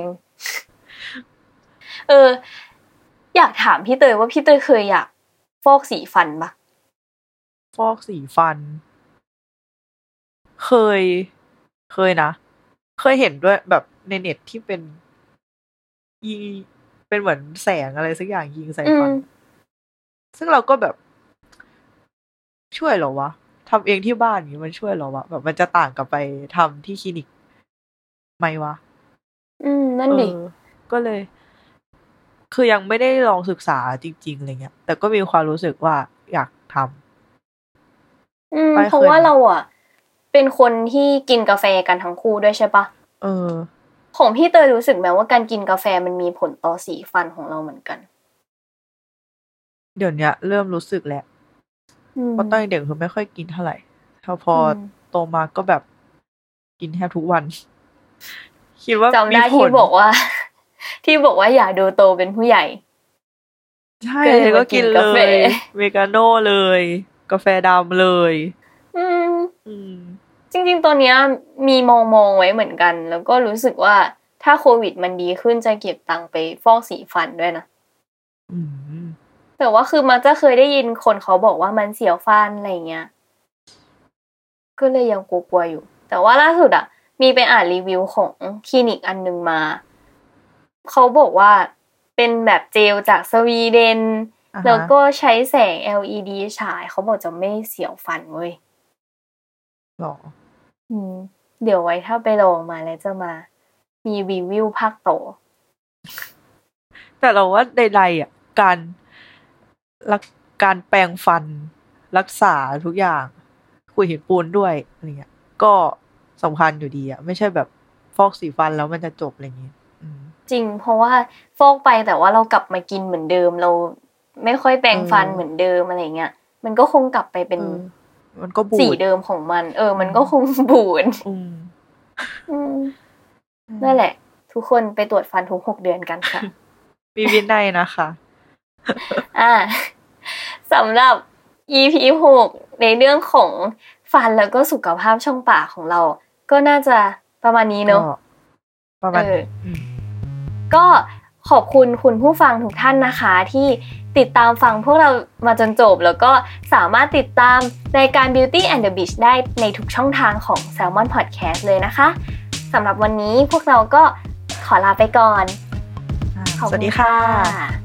เอออยากถามพี่เตยว่าพี่เตยเคยอยากฟอกสีฟันปะฟอกสีฟันเคยเคยนะเคยเห็นด้วยแบบในเน็ตที่เป็นยิงเป็นเหมือนแสงอะไรสักอย่างยิงใส่ฟันซึ่งเราก็แบบช่วยเหรอวะทำเองที่บ้านอย่างนี้มันช่วยเหรอวะแบบมันจะต่างกับไปทำที่คลินิกไหมวะอืมนั่นดิก็เลยคือยังไม่ได้ลองศึกษาจริงๆอะไรเงี้ยแต่ก็มีความรู้สึกว่าอยากทำอืมเพราะว่าเราอ่ะเป็นคนที่กินกาแฟกันทั้งคู่ด้วยใช่ปะเออของพี่เตยรู้สึกไหมว่าการกินกาแฟมันมีผลต่อสีฟันของเราเหมือนกันเดี๋ยวนี้เริ่มรู้สึกแล้วเพราะตอนเด็กคือไม่ค่อยกินเท่าไหร่พอโตมาก็แบบกินแทบทุกวันคิดว่าจำได้ที่บอกว่าที่บอกว่าอยากดูโตเป็นผู้ใหญ่ใช่ก็กินเลยเมกาโน่เลยกาแฟดำเลยอืมอืมจริงๆตัวเนี้ยมีมองๆไว้เหมือนกันแล้วก็รู้สึกว่าถ้าโควิดมันดีขึ้นจะเก็บตังค์ไปฟอกสีฟันด้วยนะอืมแต่ว่าคือมักจะเคยได้ยินคนเขาบอกว่ามันเสียวฟันอะไรเงี้ยก็เลยยังกลัวๆอยู่แต่ว่าล่าสุดอ่ะมีไปอ่านรีวิวของคลินิกอันนึงมาเขาบอกว่าเป็นแบบเจลจากสวีเดน uh-huh. แล้วก็ใช้แสง แอล อี ดี ฉายเขาบอกจะไม่เสียวฟันเว้ยหรออืมเดี๋ยวไว้ถ้าไปลองมาแล้วจะมามีรีวิวภาคต่อแต่เราว่าใดๆอ่ะการรักการแปรงฟันรักษาทุกอย่างคุยหินปูนด้วยอะไรเงี้ยก็สำคัญอยู่ดีอ่ะไม่ใช่แบบฟอกสีฟันแล้วมันจะจบอะไรอย่างงี้จริงเพราะว่าฟอกไปแต่ว่าเรากลับมากินเหมือนเดิมเราไม่ค่อยแปรงฟันเหมือนเดิมอะไรเงี้ยมันก็คงกลับไปเป็นมันก็บูดสีเดิมของมันเออมันก็คงบูดอืมนั่นแหละทุกคนไปตรวจฟันทุกหกเดือนกันค่ะมีวินัยนะคะอ่าสำหรับ อี พี หกในเรื่องของฟันแล้วก็สุขภาพช่องปากของเราก็น่าจะประมาณนี้เนาะประมาณนี้ก็ขอบคุณคุณผู้ฟังทุกท่านนะคะที่ติดตามฟังพวกเรามาจนจบแล้วก็สามารถติดตามรายการ Beauty and the Beast ได้ในทุกช่องทางของ Salmon Podcast เลยนะคะสำหรับวันนี้พวกเราก็ขอลาไปก่อนสวัสดีค่ะ